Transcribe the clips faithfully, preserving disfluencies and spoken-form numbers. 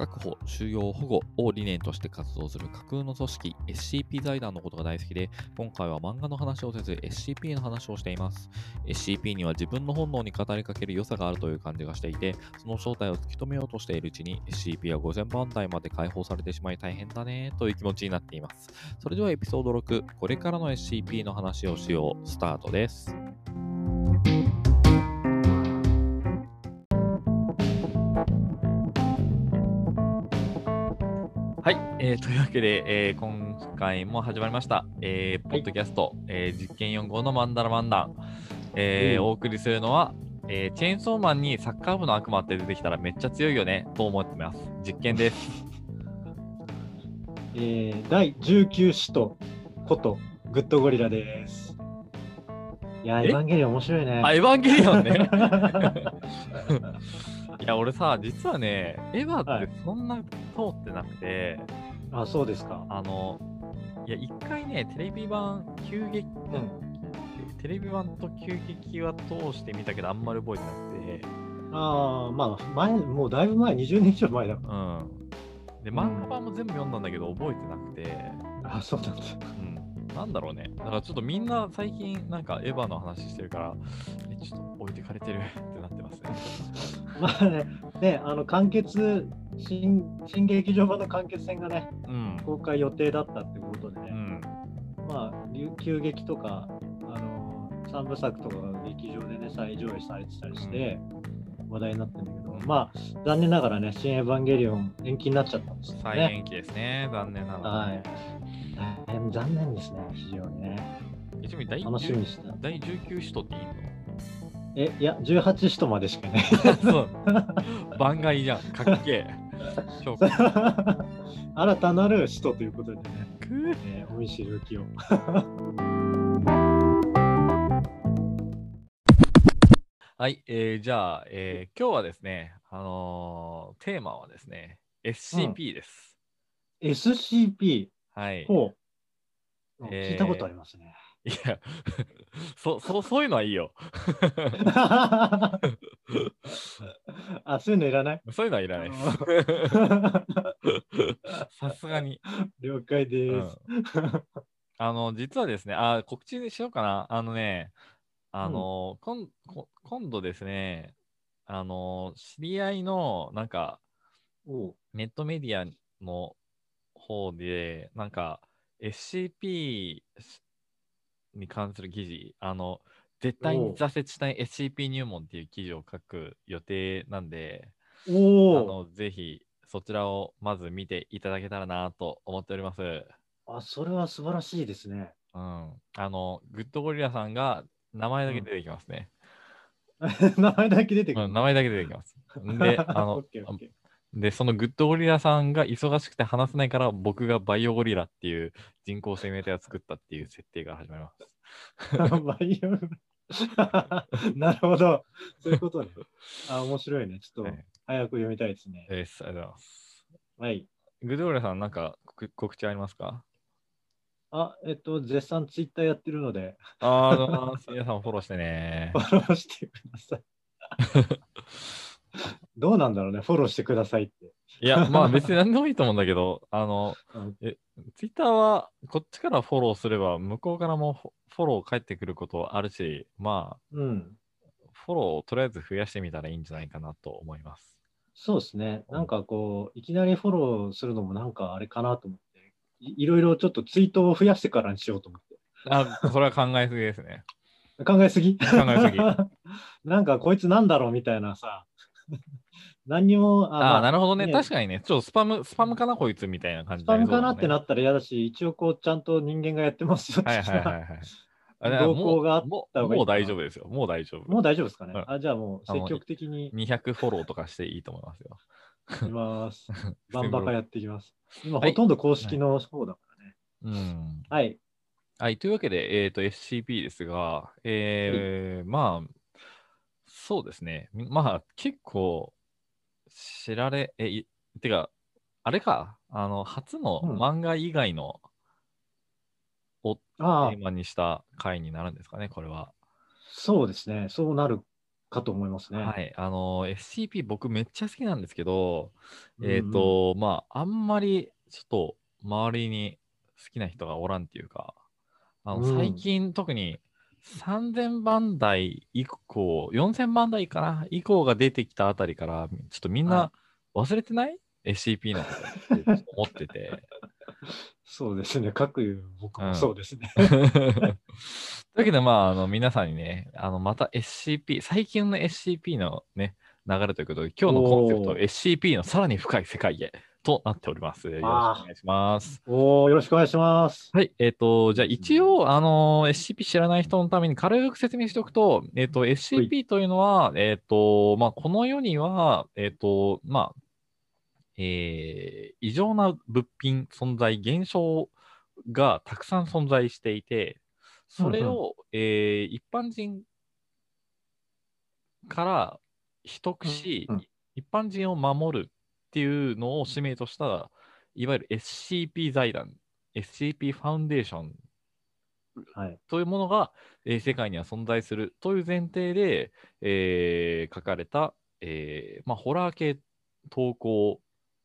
確保、収容、保護を理念として活動する架空の組織 エスシーピー 財団のことが大好きで、今回は漫画の話をせず エスシーピー の話をしています。エスシーピー には自分の本能に語りかける良さがあるという感じがしていて、その正体を突き止めようとしているうちに エスシーピー はごせんばんだいまで解放されてしまい大変だねという気持ちになっています。それではエピソードろく、これからの エスシーピー の話をしよう、スタートです。はい、えー、というわけで、えー、今回も始まりました、えー、ポッドキャスト、はい、えー、実験よん号のマンダラ漫談、えー、お送りするのは、えー、チェーンソーマンにサッカー部の悪魔って出てきたらめっちゃ強いよねと思ってます。実験です。 えー、だいじゅうきゅう使徒ことグッドゴリラです。いや、エヴァンゲリオン面白いね。 あ、エヴァンゲリオンね。いや、俺さ、実はね、エヴァってそんな通ってなくて、 はい、あ、そうですか。 あの、いや、一回ね、テレビ版、急激、うん、テレビ版と急激は通してみたけど、あんまり覚えてなくて。 ああ、まあ、前、もうだいぶ前、にじゅうねん以上前だから。 うん。で、漫画版も全部読んだんだけど、覚えてなくて。 あ、そうなんだ。 うん。なんだろうね。だからちょっとみんな最近なんかエヴァの話してるから、えちょっと置いてかれてるってなってますね。 まあね、ね、あの完結新、新劇場版の完結戦がね、うん、公開予定だったってことでね、うん、まあ、急激とか、あの三部作とかが劇場でね、再上映されてたりして、うん、話題になってるんだけど、うん、まあ、残念ながらね、新エヴァンゲリオン延期になっちゃったんですよね。 再延期ですね、残念ながら。 はい。大変残念ですね、非常にね。 ちなみに楽しみにしてた。 だいじゅうきゅう使徒っていいの？ え、いや、じゅうはち使徒までしかね。 そう。番外じゃん、かっけえ。 新たなる使徒ということでね、えー、お見知りおきを。 はい、えー、じゃあ、えー、今日はですね、あのー、テーマはですね、エスシーピー です。 うん、エスシーピー？ はい。 ほう。えー、聞いたことありますね。 いや、そ、そ、そういうのはいいよ。 あ、そういうのいらない？ そういうのはいらないです。さすがに。 了解です。うん、 あの、実はですね、あ、告知しようかな。あのね、あの、うん、今今度ですね、あの、知り合いの、なんか、ネットメディアの方で、なんか、エスシーピー に関する記事、あの、絶対に挫折しない エスシーピー 入門っていう記事を書く予定なんで、 おあの、ぜひ、そちらをまず見ていただけたらなと思っております。 あ、それは素晴らしいですね。 うん。あの、グッドゴリラさんが名前だけ出てきますね。 うん、名前だけ出てくる、 うん、名前だけ出てきます。で、あの、で、そのグッドゴリラさんが忙しくて話せないから、僕がバイオゴリラっていう人工生命体を作ったっていう設定が始まります。 バイオなるほど。そういうことね。あ、面白いね。ちょっと早く読みたいですね。 はい、ありがとうございます。 はい。 グッドゴリラさん、なんか告知ありますか？ あ、えっと、絶賛ツイッターやってるので。 ああ、皆さんフォローしてね。 フォローしてください。どうなんだろうね、フォローしてくださいって。 いや、まあ別に何でもいいと思うんだけど、あの、うん、え、ツイッターはこっちからフォローすれば、向こうからもフォロー返ってくることあるし、まあ、うん、フォローをとりあえず増やしてみたらいいんじゃないかなと思います。 そうですね。なんかこう、いきなりフォローするのもなんかあれかなと思って、い, いろいろちょっとツイートを増やしてからにしようと思って。 あ、それは考えすぎですね。 考えすぎ考えすぎ。 なんかこいつなんだろうみたいなさ。何にも、 あ、あ、まあ、なるほどね。確かにね、ちょっとスパム、スパムかな、こいつみたいな感じで、ね。スパムかなってなったら嫌だし、一応こう、ちゃんと人間がやってますよ。 はいはいはいはい。 動向があった方がいい。もう大丈夫ですよ。もう大丈夫。 もう大丈夫ですかね。うん、あ、じゃあもう積極的に。 にひゃくフォローとかしていいと思いますよ。 います。バンバカやっていきます。今、ほとんど公式の方だからね。 はい、うん。 はい。 はい。というわけで、えっと、エスシーピー ですが、えー、まあ、そうですね。まあ、結構、知られ、え、てか、あれか、あの、初の漫画以外の、うん、をテーマにした回になるんですかね、これは。 そうですね。そうなるかと思いますね。 はい。あの、エスシーピー 僕めっちゃ好きなんですけど、えっと、まあ、あんまりちょっと周りに好きな人がおらんっていうか、あの、最近特にさんぜんばん台以降、よんせんばん台かな以降が出てきたあたりから、ちょっとみんな忘れてない、はい、エスシーピー のことって思ってて。 そうですね。各言う僕もそうですね。 うん、というわけで、まあ、あの、皆さんにね、あの、また エスシーピー、最近の エスシーピー のね、流れということで、今日のコンセプト、エスシーピー のさらに深い世界へとなっております。よろしくお願いします。 おー、よろしくお願いします。 はい。えっ、ー、と、じゃあ一応、あのー、エスシーピー 知らない人のために軽く説明しておくと、えっ、ー、と、エスシーピー というのは、えっ、と、まあ、この世には、えっ、と、まあ、えー、異常な物品、存在、現象がたくさん存在していて、それを、うんうん、えー、一般人から秘匿し、うんうん、一般人を守るっていうのを使命とした、いわゆる エスシーピー 財団、エスシーピー ファウンデーション、はい、というものが、えー、世界には存在するという前提で、えー、書かれた、えーまあ、ホラー系投稿、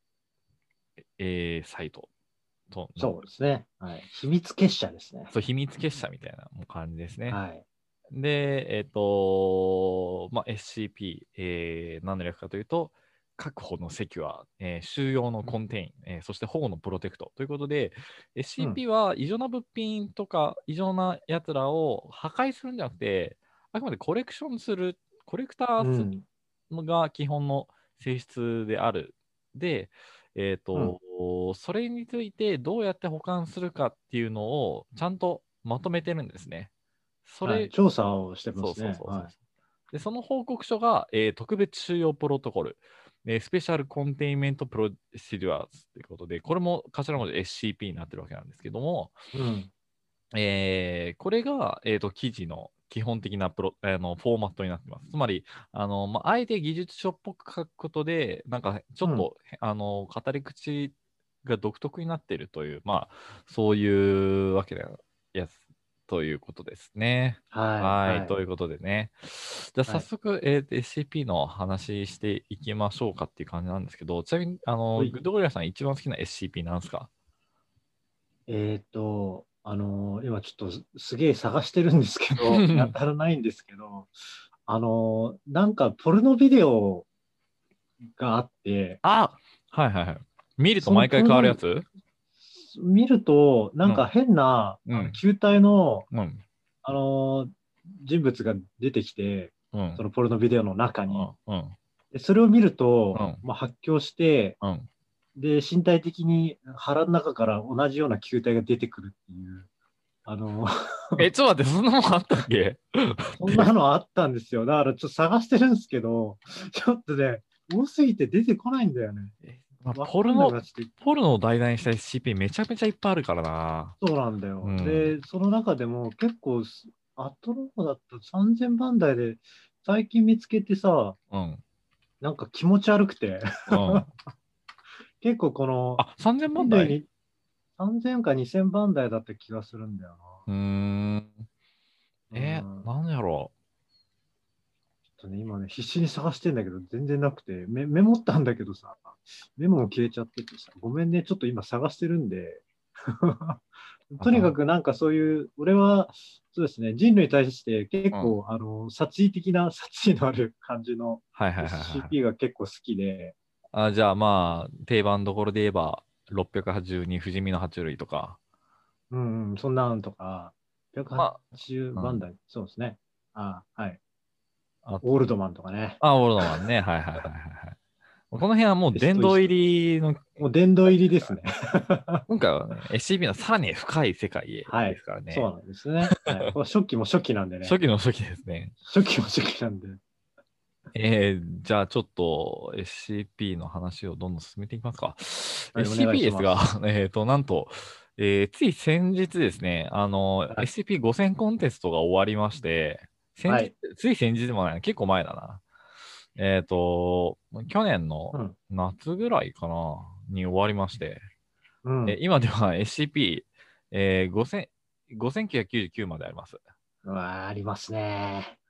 えー、サイトと。 そうですね。はい。秘密結社ですね。 そう、秘密結社みたいな感じですね。 はい。 で、えっ、ー、と、まあ、エスシーピー、えー、何の略かというと、確保のセキュア、えー、収容のコンテイン、えー、そして保護のプロテクトということで、エスシーピー は異常な物品とか異常なやつらを破壊するんじゃなくて、あくまでコレクションする、コレクターが基本の性質である。で、えっ、ー、と、うん、それについてどうやって保管するかっていうのをちゃんとまとめてるんですね。それ、 はい、調査をしてますね。 そうそうそうそう、はい、で、その報告書が、えー、特別収容プロトコル、えー、スペシャルコンテインメントプロシデュアーズということで、これも頭文字 エスシーピー になってるわけなんですけども、うん、えー、これが、えーと、記事の基本的なプロあのフォーマットになってます。つまり、あのまあ、あえて技術書っぽく書くことで、なんかちょっと、うん、あの語り口が独特になっているという、まあ、そういうわけなやつということですね。 はい。 はい、 はい、 ということでね。じゃあ早速、はい、えー、エスシーピー の話していきましょうかっていう感じなんですけど、ちなみに、あの、グッドゴリラさん一番好きな エスシーピー なんですか？ えっと、あのー、今ちょっとすげえ探してるんですけど、やたらないんですけど、あのー、なんかポルノビデオがあって、 あ、はいはいはい。見ると毎回変わるやつ？ 見ると、なんか変な、うん、あの球体の、うん、あのー、人物が出てきて、うん、そのポルノビデオの中に。うん、でそれを見ると、うん、まあ、発狂して、うん、で、身体的に腹の中から同じような球体が出てくるっていう。あのえ、ちょっと待って、そんなもんあったっけ？ そんなのあったんですよ。だからちょっと探してるんですけど、ちょっとね、多すぎて出てこないんだよね。 まあ、ポルノ、ポルノを題材にした エスシーピー めちゃめちゃいっぱいあるからな。 そうなんだよ。うん、で、その中でも結構、アトローだったさんぜんばん台で最近見つけてさ、うん、なんか気持ち悪くて。うん、結構この、 あ、さんぜんばん台にさんぜんかにせんばん台だった気がするんだよな。うーん。 えー、なんやろう。 ちょっとね、今ね、必死に探してんだけど、全然なくて、メメモったんだけどさ、メモも消えちゃっててさ、ごめんね、ちょっと今探してるんで。とにかくなんかそういう、俺は、そうですね、人類に対して結構、うん、あの、殺意的な、殺意のある感じの エスシーピー が結構好きで。 あ、じゃあまあ、定番どころで言えば、ろっぴゃくはちじゅうに不死身の爬虫類とか。 うんうん、そんなんとか、ろっぴゃくはちじゅうばん台、まあうん、そうですね。あはい。オールドマンとかね。 あ、オールドマンね。はいはいはいはい。この辺はもう殿堂入りの。 もう殿堂入りですね。 今回はね、エスシーピー のさらに深い世界へですからね。 はい、そうなんですね。はい、これ初期も初期なんでね。 初期の初期ですね。 初期も初期なんで。 えー、じゃあちょっと エスシーピー の話をどんどん進めていきますか。はい、エスシーピー ですが、えっと、なんと、えー、つい先日ですね、あの、はい、エスシーピーごせん コンテストが終わりまして、先日、はい、つい先日でもない、結構前だな。えっ、ー、と、去年の夏ぐらいかな、に終わりまして、うん、え今では エスシーピー、えー、ごせんきゅうひゃくきゅうじゅうきゅうまであります。 うわありますね。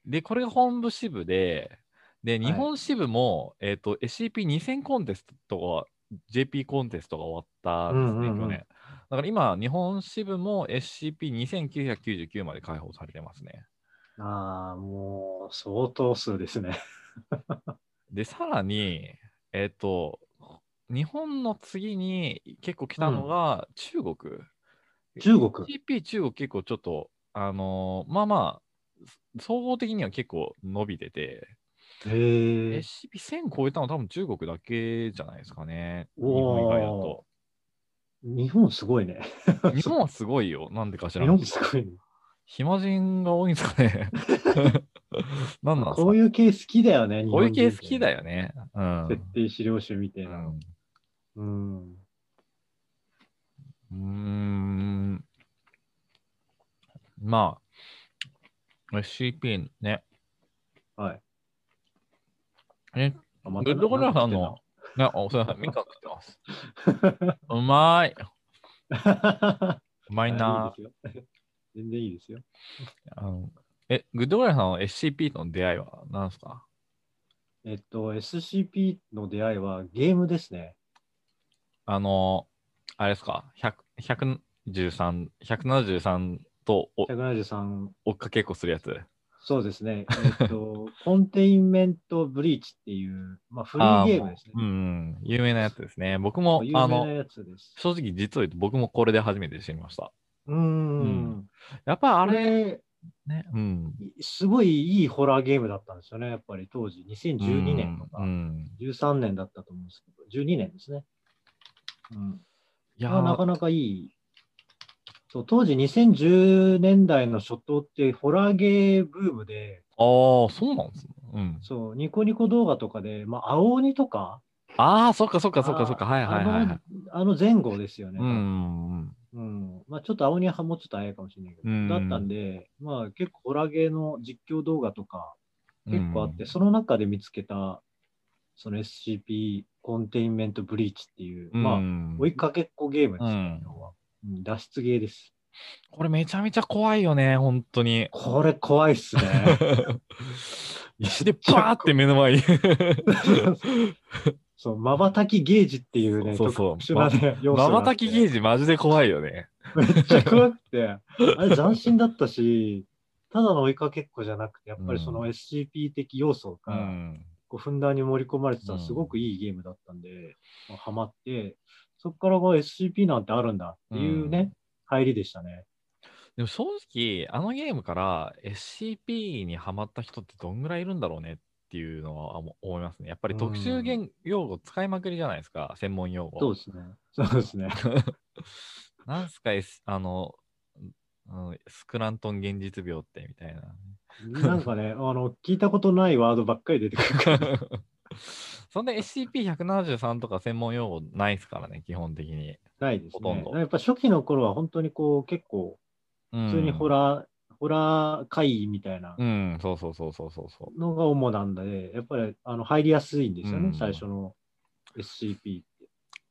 で、これが本部支部で、で、日本支部も、はい、えっと、エスシーピーにせん コンテストが、ジェーピー コンテストが終わったんですね、うんうんうん、去年。だから今、日本支部も エスシーピーにせんきゅうひゃくきゅうじゅうきゅう まで開放されてますね。 ああ、もう、相当数ですね。 で、さらに、えっと、日本の次に結構来たのが中国。 うん、中国エスシーピー 中国結構ちょっと、あのー、まあまあ、総合的には結構伸びてて、 へエスシーピーせん 超えたの多分中国だけじゃないですかね。日本以外だと。 日本すごいね。 日本はすごいよ。なんでか知らん。日本すごいね。 暇人が多いんですかね。何なんですか、 こういう系好きだよね、 こういう系好きだよね。うん、 設定資料集みたいなの。 うん。うーん。まあ、エスシーピー ね。 はい。 え、グッドゴラさんの、ね、お世話さん、みかん食ってます。うまい。うまいな。 いいですよ。全然いいですよ。 あのえ、グッドゴラさんの エスシーピー との出会いは何ですか？ えっと、エスシーピー の出会いはゲームですね。 あの、あれですか、ひゃく、ひゃくじゅうさん、ひゃくななじゅうさんとおひゃくななじゅうさん。 追っかけっこするやつ。 そうですね。えっと、コンテインメントブリーチっていう、まあ、フリーゲームですね。 うん、有名なやつですね。僕も、 有名なやつです。 正直実を言うと僕もこれで初めて知りました。 うん,、うん。 やっぱあれ、ね、うん。 すごいいいホラーゲームだったんですよね。やっぱり当時、にせんじゅうにねんとか、うん、じゅうさんねんだったと思うんですけど、じゅうにねんですね。うん。いやなかなかいい。そう、当時にせんじゅうねんだいの初頭ってホラーゲーブームで、 ああ、そうなんですね。うん。 そう、ニコニコ動画とかで、まあ、青鬼とか、 ああ、そっかそっかそっかそっか、はいはいはい、はい。 あの前後ですよね。 うん。 うん。まあ、ちょっと青鬼はもうちょっと早いかもしれないけど、うん、だったんで、まあ結構ホラーゲーの実況動画とか結構あって、うん、その中で見つけた、その エスシーピー コンテインメントブリーチっていう、うん、まあ追いかけっこゲームですね、要は。うん、脱出ゲーです。 これめちゃめちゃ怖いよね、本当に。 これ怖いっすね。 石でバーって目の前に。 そう、瞬きゲージっていうね、そうそう特殊なね、要素があって。 瞬きゲージマジで怖いよね。 めっちゃ怖くて、あれ斬新だったし、ただの追いかけっこじゃなくて、やっぱりその エスシーピー 的要素が、こうふんだんに盛り込まれてたすごくいいゲームだったんで、うん、ハマって、そこからが エスシーピー なんてあるんだっていうね、うん、入りでしたね。 でも正直、あのゲームから エスシーピー にハマった人ってどんぐらいいるんだろうねっていうのは思いますね。やっぱり特殊言用語使いまくりじゃないですか、専門用語。 そうですね。そうですね。 なんすか、S、あの、うん、スクラントン現実病ってみたいな。 なんかね、あの、聞いたことないワードばっかり出てくるから。 そんな エスシーピーひゃくななじゅうさん とか専門用語ないですからね、基本的に。 ないですね。ほとんど。やっぱ初期の頃は本当にこう、結構、普通にホラー、うん、ホラー会みたいな。 うん、そうそうそうそうそう。 のが主なんで、やっぱりあの入りやすいんですよね、うん、最初の エスシーピー って。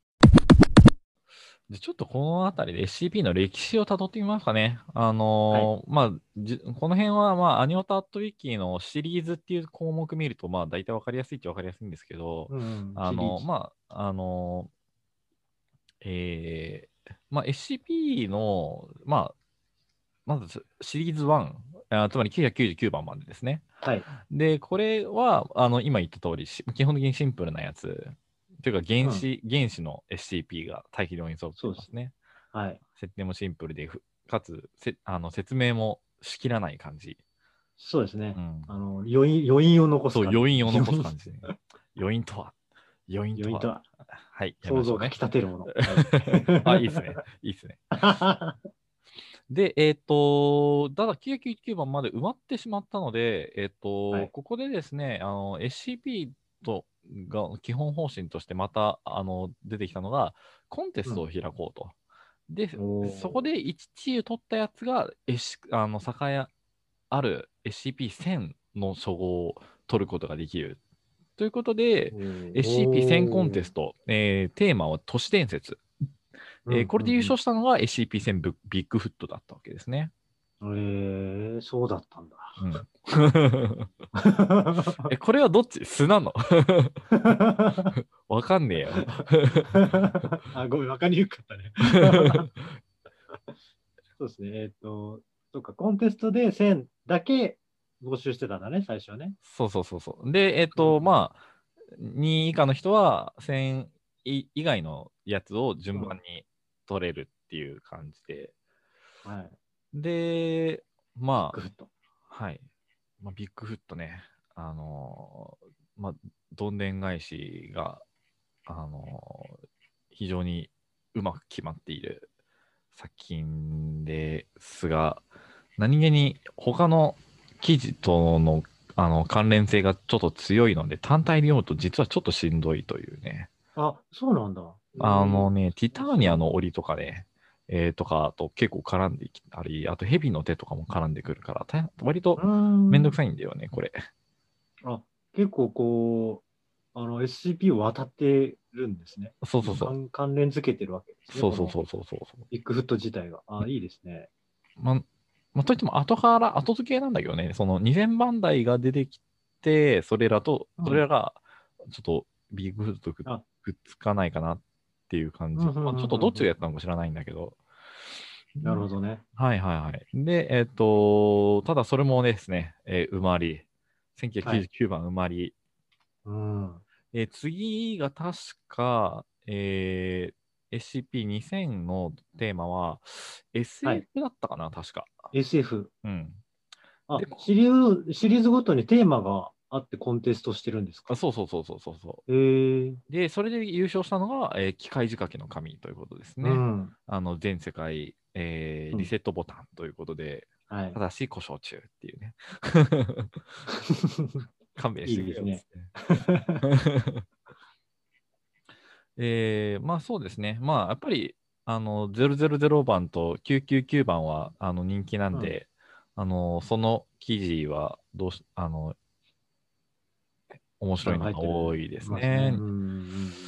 でちょっとこのあたりで エスシーピー の歴史をたどってみますかね。あのーはい、まあ、じこの辺は、まあ、アニオタットウィキのシリーズっていう項目見ると、まあ、大体わかりやすいっちゃわかりやすいんですけど、うん、あの、まあ、あのー、えー、まあ、エスシーピー の、まあ、まずシリーズいち、あつまりきゅうひゃくきゅうじゅうきゅうばんまでですね。 はい。 で、これは、あの、今言った通り、基本的にシンプルなやつ。というか原子、うん、原子の エスシーピー が大気量に沿ってますね。 すはい。 設定もシンプルで、かつせあの説明もしきらない感じ。 そうですね。うん、あの余韻余韻を残す感じ。そう、余韻を残す感じ。余韻とは余韻とは。とははい。 想像をかき立てるもの。 あ、いいですね。いいですね。で、えっ、ー、と、ただきゅうひゃくきゅうじゅうきゅうばんまで埋まってしまったので、えっ、ー、と、はい、ここでですね、あの エスシーピー とが基本方針としてまたあの出てきたのが、コンテストを開こうと。うん、で、そこでいちチー取ったやつが、S、あの栄ある エスシーピーせん の称号を取ることができる。ということで、エスシーピーせん コンテスト、えー、テーマは都市伝説。えー、これで優勝したのが エスシーピーせん ビッグフットだったわけですね。 えー、そうだったんだ。 うん、え、これはどっち素なのわかんねえよ。 あ、ごめん、わかりにくかったね。そうですね。えっ、と、そっか、コンテストでせんだけ募集してたんだね、最初はね。 そうそうそうそう。で、えっと、 うん、 まあ、にい以下の人はせんい以外のやつを順番に取れるっていう感じで。 はい。 で、 ビッまグフット。 あ、はい。まあ、ビッグフットね、あのーまあ、どんでん返しが、あのー非常にうまく決まっている作品ですが、何気に他の記事とのあの関連性がちょっと強いので、単体で読むと実はちょっとしんどいというね。 あ、そうなんだ。えー、 あのね、ティター知らん。 ニアの檻とかね、えー、とかと結構絡んできたり、あとヘビの手とかも絡んでくるから、大変割とうーめんどくん。 さいんだよね、これ。 あ、結構こう、あの エスシーピー を渡ってるんですね。 そうそうそう。 その関関連付けてるわけですね、このそうそうそうそうそうそう。 ビッグフット自体が。あ、いいですね。 まあ、まあ、といっても後から、後付けなんだけどね、そのにせんばん台が出てきて、それらと、 うん。 それらがちょっとビッグフットとくあ、 くっつかないかなっていう感じ。 うん、うん、 まあ、ちょっうん、うん。 とどっちがやっうん、 たのか知らないんだけど。 なるほどね。 はいはいはい。で、えっと、ただそれもですね、えー埋まり、 はい。 せんきゅうひゃくきゅうじゅうきゅうばん埋まり、 うん。 えー次が確か、えー エスシーピーにせん のテーマははい。 エスエフ だったかな、確か。 エスエフ。 うん。で、 あ、シリーズ、シリーズごとにテーマがあってコンテストしてるんですか？ あそうそうそうそうそうそえー、 う。で、それで優勝したのが、えー機械仕掛けの神ということですね。 うん。 あの、全世界、えーリうん。 セットボタンということで、 はい。 ただし故障中っていうね。勘弁してくれいいですね。 よっつって。えー、まあそうですね。まあやっぱり、あの、ゼロゼロゼロばんときゅうきゅうきゅうばんは、あの、人気なんうん。 で、あの、その記事は、どうし、あの、面白いのが力入って多いる、 ですますね。 ね。 うん、うん。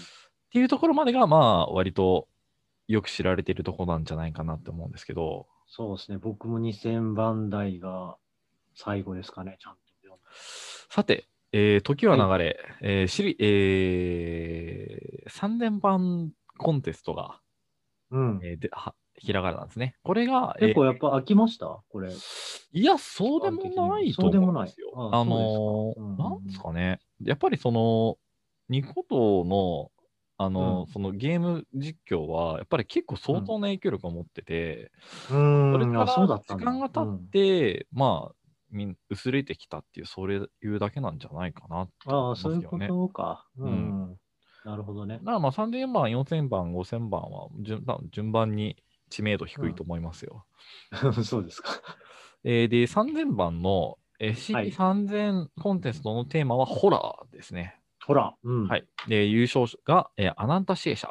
っていうところまでが、まあ、割とよく知られているところなんじゃないかなって思うんですけど、 そうですね。僕もにせんばん台が最後ですかね、ちゃんと読んだ。 さて、えー時ははい。 流れ、えーしり、えー、さんぜんばんコンテストが、 うん。 えーで、は、ひらがななんですね。これが、えー結構やっぱ飽きましたこれ、 いや、 期そうでも間的には。 ないと思そうでもない。 うんですよ。 ああ、 あそうですか。 のうん、 ー、なんですうん、 かね。やっぱりその、ニコ動の、あうん。 のーそのゲーム実況は、やっぱり結構うん。 相当な影響力を持ってて、 うん。うーん、あ、 それからそうだっ時たんだ。 間が経っうん。 て、まあ、みん薄れてきたっていう、それいうだけなんじゃないかなって思ああ、 いまそういうこすけどね。 とか。ううん。 ん、うん。なるほどね。 だからまあさんぜんばん、よんせんばん、ごせんばんは順順番に知名度うん。 低いと思いますよ。 そうですか。 えーで、さんぜんばんのはい。 エスシーピーさんぜん コンテストのテーマはホラーですね。 ほら。うん。 はい。で、優勝が、えーアナンタシエ社。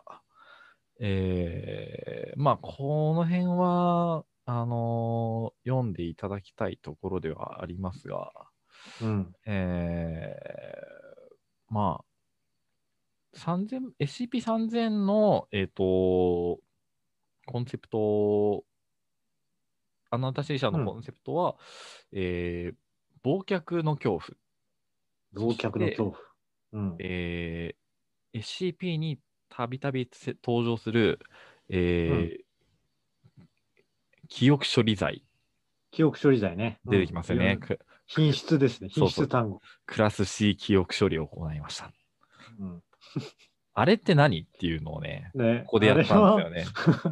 えーまあ、この辺は、あのー読んでいただきたいところではありますが、 うん。 えーまあ、さんぜん、エスシーピーさんぜん の、えっと、コンセプト、アナンタシエ社うん。 のコンセプトは、えー忘却の恐怖。そ忘して、 却の恐怖。うん。 えー エスシーピー にたびたび登場する、 うん。 えー記憶処理剤記憶処理剤ね。う出てきん。いや、 ますよね。く品く質ですね。品そうそう。 質単語。 クラス C 記憶処理を行いました。 うん。 あれって何っていうのをね、 ね。 ここであやったんですれはよね。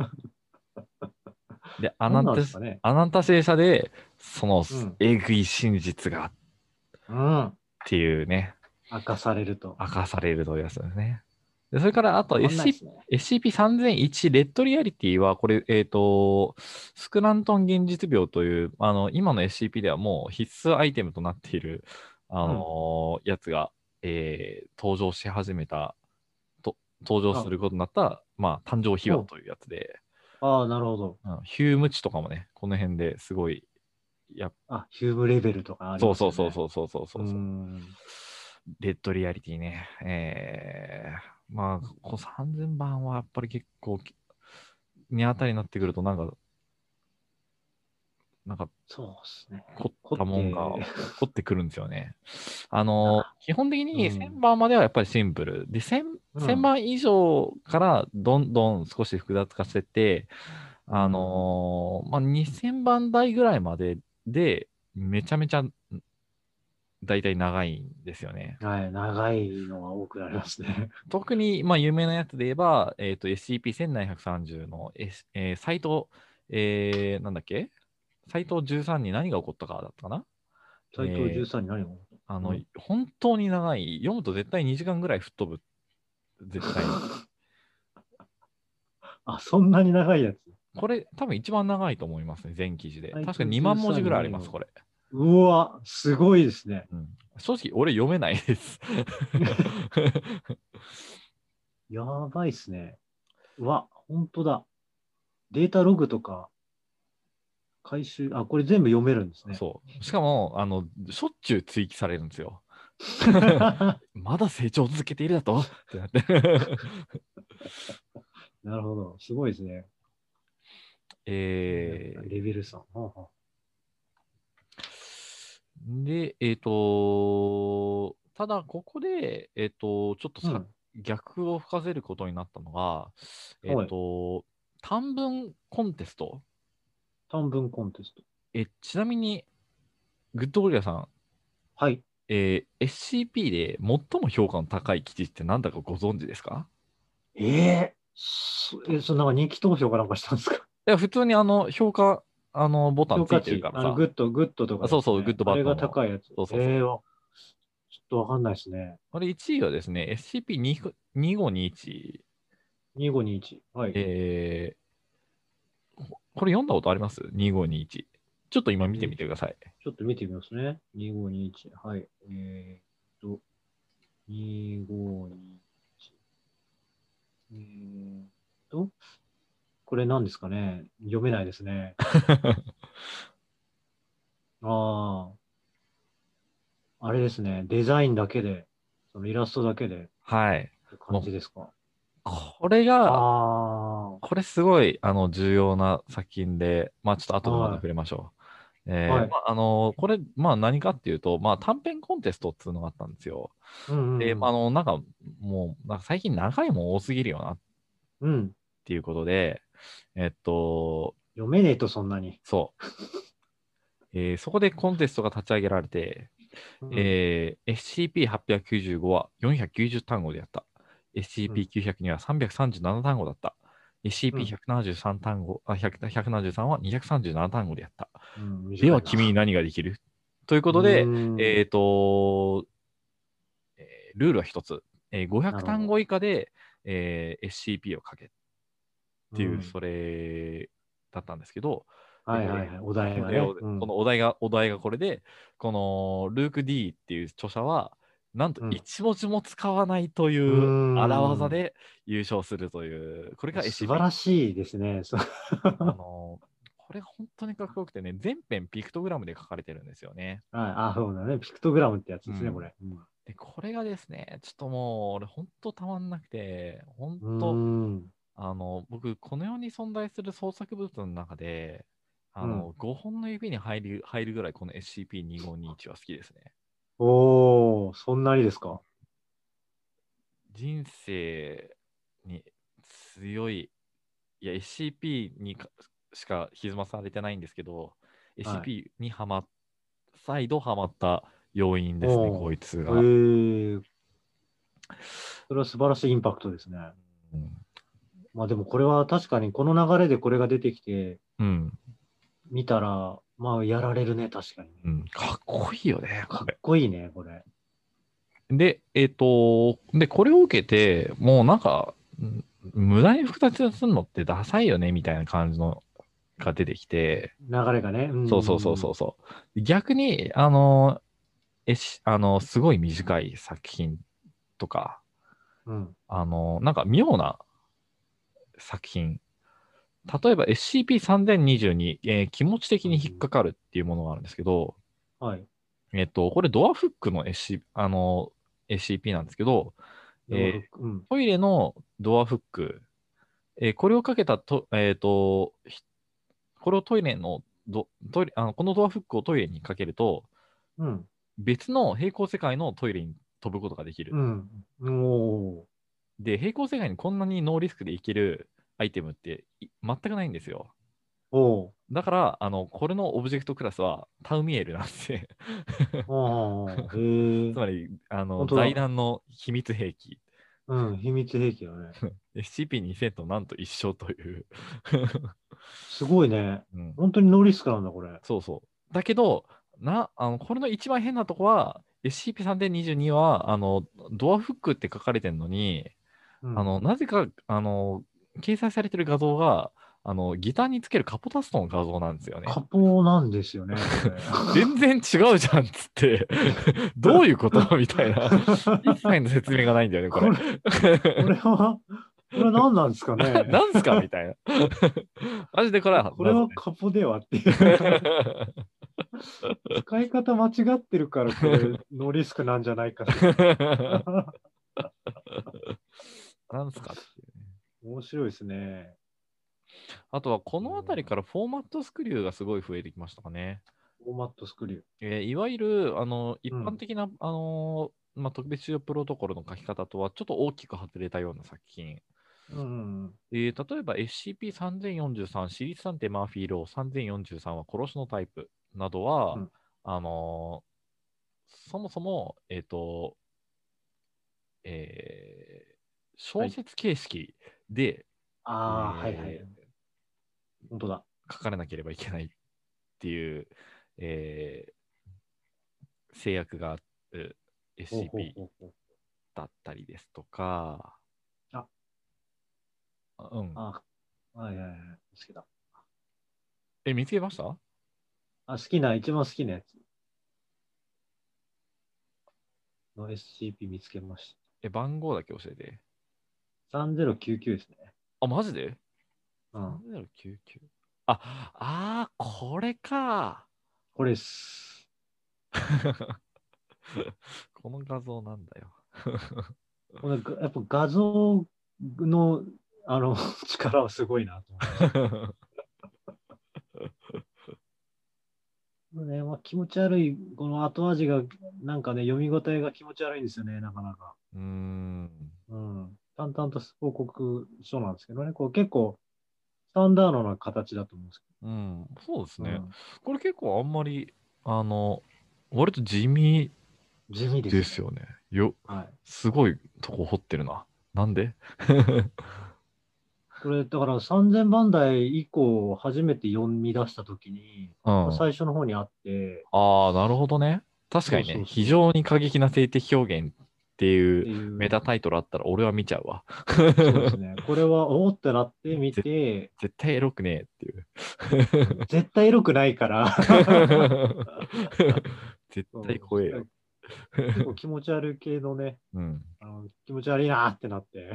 で、アナ何ンタ、 なんですかね。 アナンタ製社で、そのうん。 えぐい真実がっうん。 ていうね、 明かされると。 明かされるというやつですね。で、それから、あとたまんないで SC すね。 エスシーピーさんぜんいち レッドリアリティは、これ、えっと、スクラントン現実病という、あの、今の エスシーピー ではもう必須アイテムとなっている、あうん。 のやつが、えー登場し始めた、と、登場すあ、 ることになった、まあ、誕生秘うん。 話というやつで、 ああ、なるほど。 うんヒューム値とかもね、この辺ですごい、や、 あ、ヒュームレベルとかありそうますよね。 そうそうそうそうそううーそうそう。 ん。 レッドリアリティね。えー、まあ、こうさんぜんばんはやっぱり結構、にあたりになってくると、なんか、 なんか、 そうですね。 凝ったもんが凝ってくるんですよね。あの、基本的にせんばんまではやっぱりシンプル。で、せんばん以上からどんどん少し複雑化してって、あのー、まあ、にせんばん台ぐらいまでで、めちゃめちゃ、だいたい長いんですよね。 はい、長いのが多くなりますね。 特に、まあ、有名なやつで言えば、えっ、ー、と、エスシーピーせんななひゃくさんじゅう の、S えー、サイト、えー、なんだっけサイトじゅうさんに何が起こったかだったかな。 斎藤じゅうさんに何があの、本当に長い、読むと絶対にじかんぐらい吹っ飛ぶ。絶対に。 あ、そんなに長いやつ。 これ、多分一番長いと思いますね、全記事で。確かににまん文字ぐらいあります、これ。 うわ、すごいですね。 うん、正直、俺読めないです。 やばいっすね。うわ、本当だ。データログとか、回収、あ、これ全部読めるんですね。 そう。しかも、あの、しょっちゅう追記されるんですよ。まだ成長を続けているだとってなってなるほど。すごいですね。 えー、レベルさん。はあはあ、 で、えっ、ー、と、ただ、ここで、えっ、ー、と、ちょっとさ、うん、逆を吹かせることになったのが、えっ、ー、と、短文コンテスト。 短文コンテスト。 え、ちなみに、グッドゴリラさん。 はい。 えー、エスシーピー で最も評価の高い記事って何だかご存知ですか？ ええー、そ、え、そのなんか人気投票かなんかしたんですか？いや、普通にあの、評価、あの、ボタンついてるからさ。 あの、グッド、グッドとか、ね、 そうそう、グッドバットの。 あれが高いやつ。 そうそうそう。 えー、ちょっとわかんないですね。 これいちいはですね、エスシーピーにごにいち。 にごにいち。はい。 えー、これ読んだことあります ?にごにいち。ちょっと今見てみてください。 ちょっと見てみますね。にごにいち。はい。えー、っと、にごにいち。えー、っと、これ何ですかね。読めないですね。ああ、あれですね。デザインだけで、そのイラストだけで、 はい。 って感じですか。 これが、 あこれすごい、あの、重要な作品で、まあちょっと後でまた触れましょう。はい、えー、はい、まあ、あの、これ、まあ何かっていうと、まあ短編コンテストっていうのがあったんですよ。うんうんうん、で、あの、なんか、もう、なんか最近長いもん多すぎるよな、っていうことで、うん、えっと、 読めねえとそんなに。 そう。えー、そこでコンテストが立ち上げられて、うん、えー、エスシーピーはっぴゃくきゅうじゅうご はよんひゃくきゅうじゅう単語でやった。エスシーピーきゅうひゃく にはさんびゃくさんじゅうなな単語だった。エスシーピーひゃくななじゅうさん 単語、あ、ひゃくななじゅうさんはにひゃくさんじゅうなな単語でやった。うん、では君に何ができるということで、えっ、ー、と、えー、ルールは一つ。えー、ごひゃく単語以下で、えー、エスシーピー を書けっていう、それだったんですけど、 はいはいはい、お題がね。 このお題が、お題がこれで、このルーク D っていう著者は、なんと一文字も使わないという荒技で優勝するという、これが エスシーピー。 素晴らしいですね。 あの、これ本当にかっこよくてね、全編ピクトグラムで書かれてるんですよね。 はい、あ、そうだね。ピクトグラムってやつですね、うん、これ。うん、 で、これがですね、ちょっともう、俺本当たまんなくて、本当、あの、僕、この世に存在する創作物の中で、あの、うん、ごほんの指に入る入るぐらいこの エスシーピーにごにいち は好きですね。 おー、そんなにですか。 人生に強い、いや、エスシーピー にしか歪まされてないんですけど、はい、エスシーピー にはまっ、再度はまった要因ですね、こいつが。へー。 それは素晴らしいインパクトですね。うん、まあでもこれは確かにこの流れでこれが出てきて、うん、見たら、まあやられるね、確かに、ね、 うん。かっこいいよね、 かっこいいね、これ。 で、えっ、ー、と、で、これを受けて、もうなんか、無駄に複雑するのってダサいよね、みたいな感じのが出てきて。 流れがね。 うん、そうそうそうそうそう。逆に、あの、えし、あの、すごい短い作品とか、うん、あの、なんか妙な作品。例えば エスシーピーさんぜんにじゅうに、えー、気持ち的に引っかかるっていうものがあるんですけど、はい。えっと、これドアフックの SC、あの、エスシーピー なんですけど、えーうん、トイレのドアフック、えー、これをかけたと、えっ、ー、と、これをトイレのどトイレあのこのドアフックをトイレにかけると、 うん、 別の平行世界のトイレに飛ぶことができる。 うん。おで、平行世界にこんなにノーリスクでいけるアイテムって全くないんですよ。 お。 だから、あの、これのオブジェクトクラスはタウミエルなんですね。 ああ、へえ。 つまり、あの、 本当だ。 財団の秘密兵器。 うん、秘密兵器だね。 エスシーピーにせん となんと一緒というすごいね。 うん。 本当にノーリスクなんだ、これ。 そうそう。だけど、な、あの、これの一番変なとこは、エスシーピーさんぜんにじゅうに は、あの、ドアフックって書かれてるのに、 うん。 あの、なぜか、あの、掲載されてる画像が、あの、ギターにつけるカポタストの画像なんですよね。 カポなんですよね、これ。 全然違うじゃんっつって、どういうことみたいな。一切の説明がないんだよね、これ。 これ、これは、これは何なんですかね。 なんすかみたいな。マジでこれはこれ謎ね。 はカポではっていう。使い方間違ってるからこれノーリスクなんじゃないかしら。 なんすかっていうね。 面白いですね。 あとはこの辺りからフォーマットスクリューがすごい増えてきましたかね。 フォーマットスクリュー。 えーいわゆるあの一うん。 般的な、あのーまあ、特別使用プロトコルの書き方とはちょっと大きく外れたような作品。 うんうんえー例えば エスシーピーさんぜんよんじゅうさん、シリーズさんってマーフィーローさんぜんよんじゅうさんは殺しのタイプなどは、 うん。 あのーそもそも、えっ、と、えー小はい。 説形式で、 ああ、はいはい。 えー本当だ。 書かれなければいけないっていう、えー制約があるほうほうエスシーピーほうほう。 だったりですとか、 あ、 うん。 あ、はいはいはい。好きだ。 え、見つけました？ あ、好きな、一番好きなやつの エスシーピー 見つけましえ、番号だけ教えて。 た。さんぜろきゅうきゅうですね。 あ、マジで？ うん。 さんぜろきゅうきゅう。あ、あー、これか。 これです。 この画像なんだよ。 これがやっぱ画像の、あの、力はすごいなと思いました。ね、まあ、気持ち悪い、この後味が、なんかね、読み応えが気持ち悪いんですよね、なかなか。 うーん。 うん。淡々と報告書なんですけどね、こう結構、スタンダードな形だと思うんですけうん、そうですど。うね。 ん。 これ結構あんまり、あの、割と地味地味ですね。 ですよね。よ、 はい。 すごいとこ掘ってるな。なんで？ これ、だからさんぜんばん台以降、初めて読み出したときに、 うん。 最初の方にあって、 ああ、なるほどね。確かそうにね、 そうそう。 非常に過激な性的表現っていってういう、 メタタイトルあったら俺は見ちゃうわ。 そうですね。これは、おおってなって見ぜて、 絶対エロくねえっていう。 うん、絶対エロくないから絶対そう怖えよ。 結構気持ち悪い系のね、 うん。 あの気持ち悪いなってなって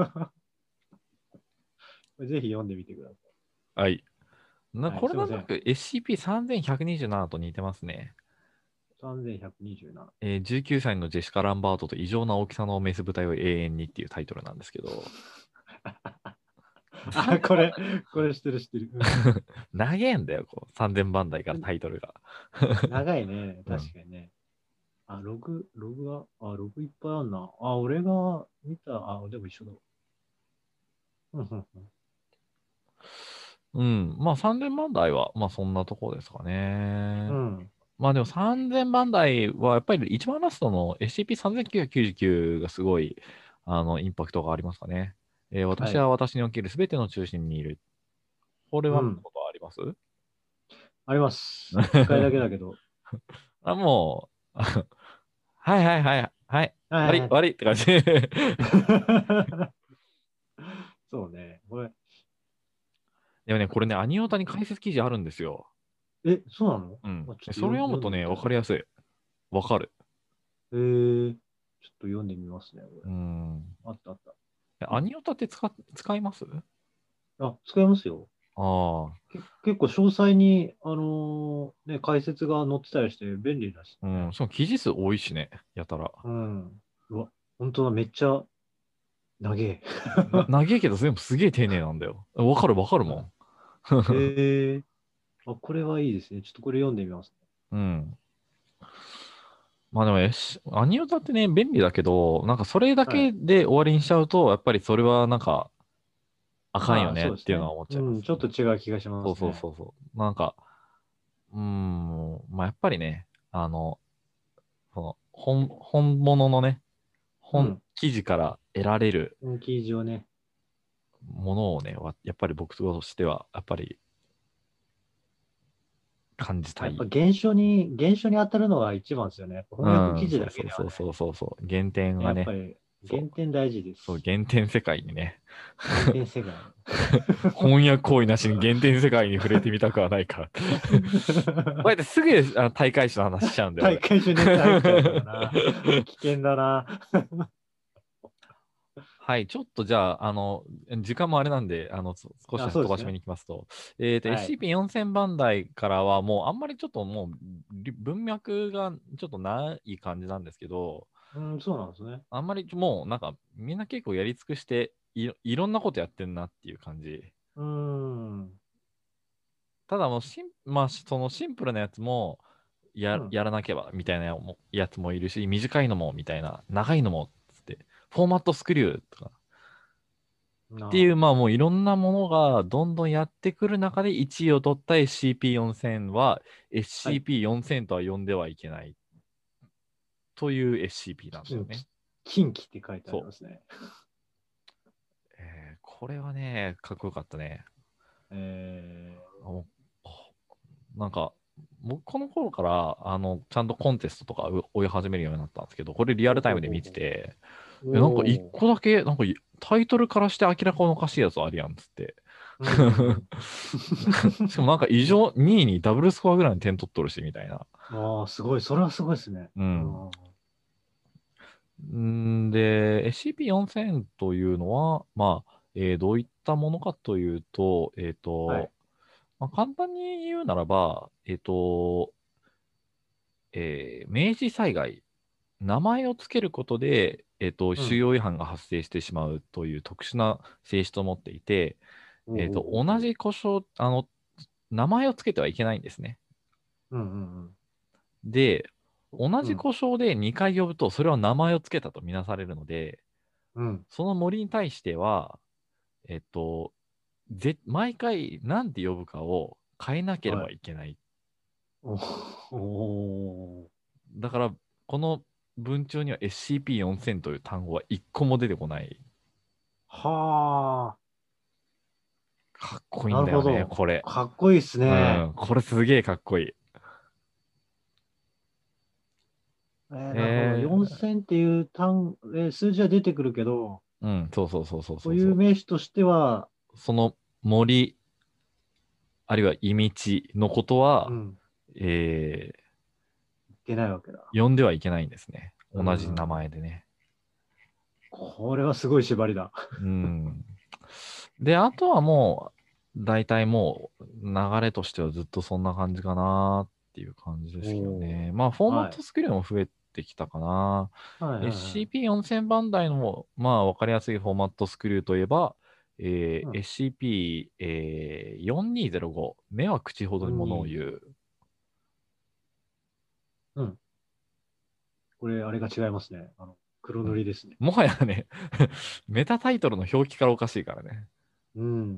ぜひ読んでみてくだはい。な、 さい。はい、 これすいません。 なんとなく エスシーピーさんぜんひゃくにじゅうなな と似てますね。 さんぜんひゃくにじゅうなな。 えーじゅうきゅうさいのジェシカ・ランバートと異常な大きさのメス部隊を永遠にっていうタイトルなんですけど、 あ、 3000 これ、 番台、 これ知ってる知ってる。 長えんだよ、こう。さんぜんばん台からタイトルが。 長いね。 うん。 確かにね。あ、ログ、ログが、あ、ログいっぱいあるな。あ、俺が見た、あ、でも一緒だわ。うんうんうん。 うん。まあさんぜんばん台は、まあそんなとこですかね。 うん。 まあでもさんぜんばん台はやっぱり一番ラストの エスシーピーさんぜんきゅうひゃくきゅうじゅうきゅう がすごい、あの、インパクトがありますかね。えー私はい。 は私における全ての中心にいる。これは見たうん。 ことあります？ あります。一回だけだけど。 あ、もう、はいはいはい、はい、悪い、 はいはい。 悪いって感じ。 そうね。これ、 でもね、これね、アニオタに解説記事あるんですよ。 え、そうなの？ うん。 まあ、ちょっでそれとよ読むとね、 読んでみたい。 わかりやすい。わかる。 えー、ちょっと読んでみますね、これ。 うん。 あったあった。 アニオタって使っ、使います？ あ、使えますよ。 ああ。 け、結構詳細に、あのーね、解説が載ってたりして便利だしね。 うん。しかも記事数多いしね、やたら。 うん。うわ、本当だ、めっちゃ長え。 な、長いけど全部すげえ丁寧なんだよ。わかるわかるもん。 えー、 あ、これはいいですね。ちょっとこれ読んでみます。 うん。まあでも、えしアニオタってね、便利だけど、なんかそれだはい。 けで終わりにしちゃうと、やっぱりそれはなんか、あかんよまあ、 ねっていうのはそうですね。 思っちゃいまうん、ちょっとすね。 違う気がしまそうそうすね。 そうそう。なんか、うーん、まあやっぱりね、あの、その、本、本物のね、本、 うん。 記事から得られる本気上ね。 ものをね、わやっぱり僕としては、やっぱり感じたやっぱい。 原書に、原書に当たるのが一番ですよね。翻訳うん、 記事だそうそうけではね。 そうそうそう。原点がね、 やっぱりそう、 原点大事でそう、 す。 原点世界にね、 原点世界。 翻訳行為なしに原点世界に触れてみたくはないか。こうやってすぐあ大会史の話しちゃうんだよ、俺。 大会中ネタ入っちゃうからな。危険だな。 はい、ちょっとじゃあ、あの、時間もあれなんで、あの、そ少しあ、そう飛ばしめですね。 に行きますと、えっと、 はい。 エスシーピーよんせん 番台からはもうあんまりちょっともうり文脈がちょっとない感じなんですけど、 うん、そうなんですね。 あんまりもうなんかみんな結構やり尽くしていろ、いろんなことやってんなっていう感じ。 うーん。 ただもうシン、まあ、そのシンプルなやつもや、 うん。 やらなければみたいなやつもいるし、短いのもみたいな、長いのもつって、フォーマットスクリューとかっていう、 なまあもういろんなものがどんどんやってくる中でいちいを取った エスシーピーよんせん ははい。 エスシーピーよんせん とは呼んではいけないという エスシーピー なんだよね。 近畿。近畿って書いてありそう。 ますね。 えーこれはね、かっこよかったね。 えあのなんか、僕この頃から、あの、ちゃんとコンテストとか追い始めるようになったんですけど、これリー、ほうアルタイムで見てほうほうほて、 う。 え、なんか一おー。 個だけ、なんかいタイトルからして明らかにおかしいやつあるやんっつって。 うんうんうん。 しかもなんか異常、にいにダブルスコアぐらいの点取っとるし、みたいな。 ああ、すごい。それはすごいですね。 うん。 うん。 んで、エスシーピーよんせん というのは、まあ、えーどういったものかというと、えっと、 はい。 まあ、簡単に言うならば、えっと、えー明治災害、名前をつけることで、えっと、 うん。 収容違反が発生してしまうという特殊な性質を持っていて、 ほうえっと、同ほうほうほじ故障、あの、名前をつけてはいけないんですね。 う。うんうんで、同うん。うん。 じ故障でにかい呼ぶと、それは名前をつけたとみなされるので、 うん。 その森に対しては、えっと、ぜ、毎回何て呼ぶかを変えなけれはい。 ばいけない。 おおー。 だから、この文中には エスシーピーよんせん という単語は一個も出てこない。 はかっこあ。 いいんなるだよね、 ほど。 これ。 かっこいいっすね。 うん、これすげえかっこいい。 えー、なるほど。 えー、 よんせんっていう単、えー数字は出てくるけど、 うん、そうそうそうそうそう固有そ名詞としては、 う。その森、あるいは意味地のことは、 うん、 え出ないわけだ。 ー、呼んではいけないんですね。 う同じ名ん。 前でね。 これはすごい縛りだ。 うん。で、あとはもう、大体もう、流れとしてはずっとそんな感じかなっていう感じでおすけどお。 ね。まあ、フォーマッはい。 トスクリューも増えてきたかな。 はいはいはい。 エスシーピーよんせん 番台の、まあ、わかりやすいフォーマットスクリューといえば、えーうん。 エスシーピー、えーよんにーぜろご、目は口ほどにものを言よんにーぜろ。 う。 うん。これ、あれが違いますね。あの、黒うん塗りですね。 もはやねメタタイトルの表記からおかしいからね。 うん。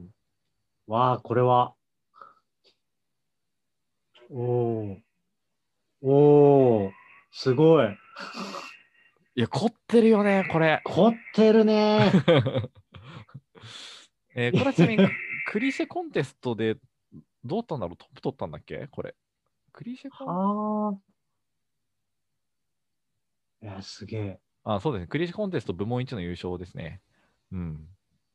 わあ、これは。おお。おお。すごい。 いや、凝ってるよね、これ。 凝ってるね。 えーこれはちなみにク、クリシェコンテストでどうだったんだろう、トップ取ったんだっけこれ。クリシェコンはあ。いや、すげえ。 あ、そうですね。クリシェコンテスト部門いちの優勝ですね。うん。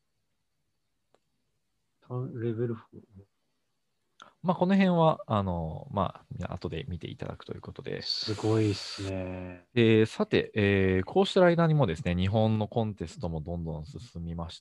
レベルフまあ、この辺は、あの、まあ、後で見ていただくということで。 すごいっすね。 えーさて、えーこうしてる間にもですね、日本のコンテストもどんどん進みまして、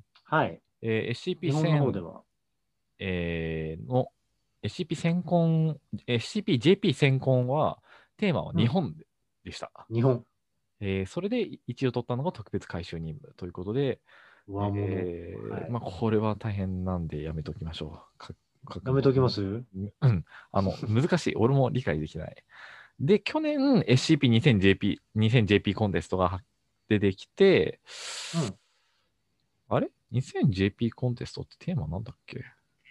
はい。 えー日本の方エスシーピーせん、 では。 えーの エスシーピー 選考、エスシーピージェーピー 選考は、テーマはうん。 日本でした。 日本。 えーそれで一応取ったのが特別回収任務ということで、 上物。 えーまあ、 はい。 これは大変なんでやめておきましょう。かやめときます？ うん。あの、難しい。俺も理解できない。で、去年 エスシーピーにせんジェーピー、にせんジェーピー コンテストが出てきて、 うん。 あれ ?にせんジェーピー コンテストってテーマなんだっけ？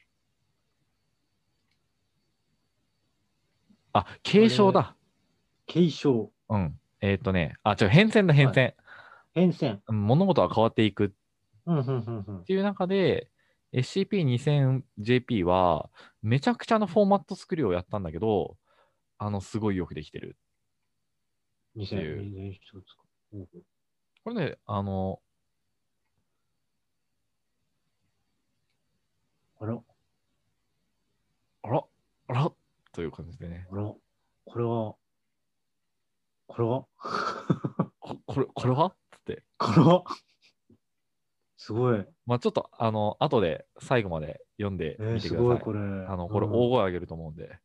あ、継承だ。 継承。 うん。えっ、ー、とね、あ、違う、変遷だ、変遷。はい、 変遷。 物事は変わっていく。 うんうんうんうん、 っていう中で、エスシーピーにせんジェーピー は、めちゃくちゃなフォーマット作りをやったんだけど、あの、すごいよくできてる。 にせん、にせん一つか。 これね、あの、 あらあらあらという感じでね。 あらこれは、これはここれ、これはって。 これはすごい。 まあちょっと、あの、後で最後まで読んでみてください。えー、すごいこれ。あの、これ、大声上げると思うんで。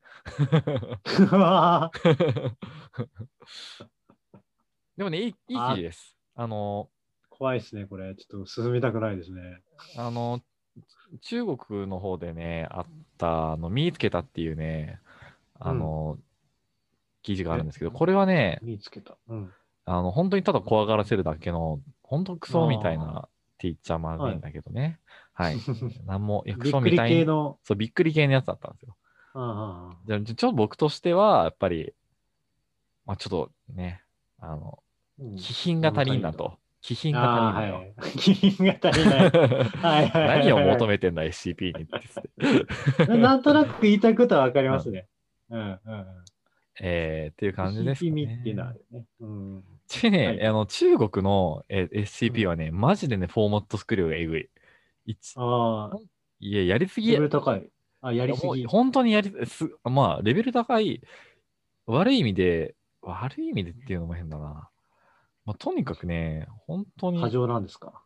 でもね、いい、いい記事です。あの、 怖いですね、これ。ちょっと進みたくないですね。 あの、中国の方でね、あった、あの、見つけたっていうね、あの、うん、記事があるんですけど、これはね、 見つけた。うん。 あの、本当にただ怖がらせるだけの、本当クソみたいなって言っちゃまずいんだけどね。はい。なんも、クソみたいな。そう、びっくり系のやつだったんですよ。じゃあ、ちょっと僕としては、やっぱり、まあちょっとね、あの、気品が足りんなと。気品が足りんなよ。 気品が足りない。はいはい。 何を求めてんだ、エスシーピー にって。 なんとなく言いたいことはわかりますね。うんうんうん。 えー、っていう感じですかね。 エスシーピー 味っていうのはあるね。うん。 でね、はい、あの中国の、えー、エスシーピー はね、うん、マジでね、フォーマット作りがえぐい。ああ。いや、やりすぎ。 レベル高い。あ、やりすぎ。 本当にやりす、まあ、レベル高い。悪い意味で、悪い意味でっていうのも変だな。まあ、とにかくね、本当に。 過剰なんですか？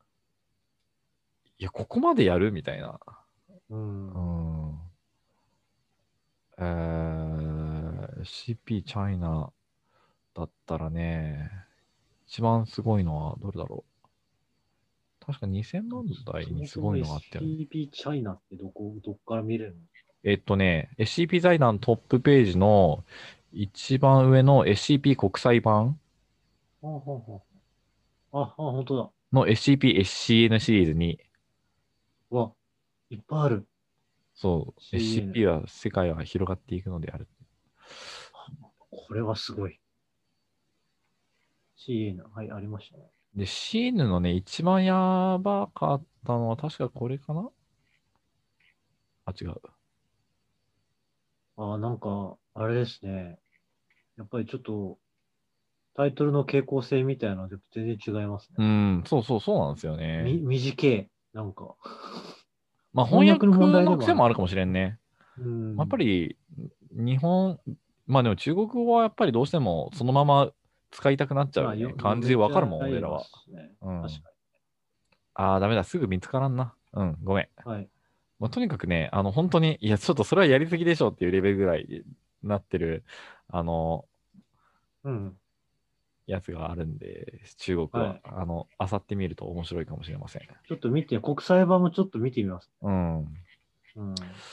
いや、ここまでやるみたいな。 うん。 うん。えー、エスシーピー チャイナだったらね、一番すごいのはどれだろう。確かにせんまん台にすごいのがあったよね。 エスシーピー チャイナってどこ、どっから見れるの？ えっとね、エスシーピー 財団トップページの一番上の エスシーピー 国際版あ、ははあ、あ、本当だ。 の エスシーピーエスシーエヌ シリーズに、 わ、いっぱいある。 そう、シーエヌ、エスシーピー は世界は広がっていくのである。 これはすごい。シーエヌ、はい、ありましたね。 で、シーエヌ のね、一番やばかったのは確かこれかなあ、違う。 あ、なんか、あれですね。やっぱりちょっと、タイトルの傾向性みたいなので全然違いますね。 うん、そうそうそうなんですよね。 み、短い。なんか。 まあ翻訳の問題の癖もあるかもしれんね。うん、やっぱり、日本、まあでも中国語はやっぱりどうしてもそのまま使いたくなっちゃうよね。まあ、漢字でわかるもん、俺らは。ね、うん、確かに。ああ、ダメだ。すぐ見つからんな。うん、ごめん。はい。まあ、とにかくね、あの、本当に、いや、ちょっとそれはやりすぎでしょっていうレベルぐらいになってる、あの、うん。やつがあるんで、中国は、はい、あの、あさってみると面白いかもしれません。 ちょっと見て、国際版もちょっと見てみます。 うん。うん、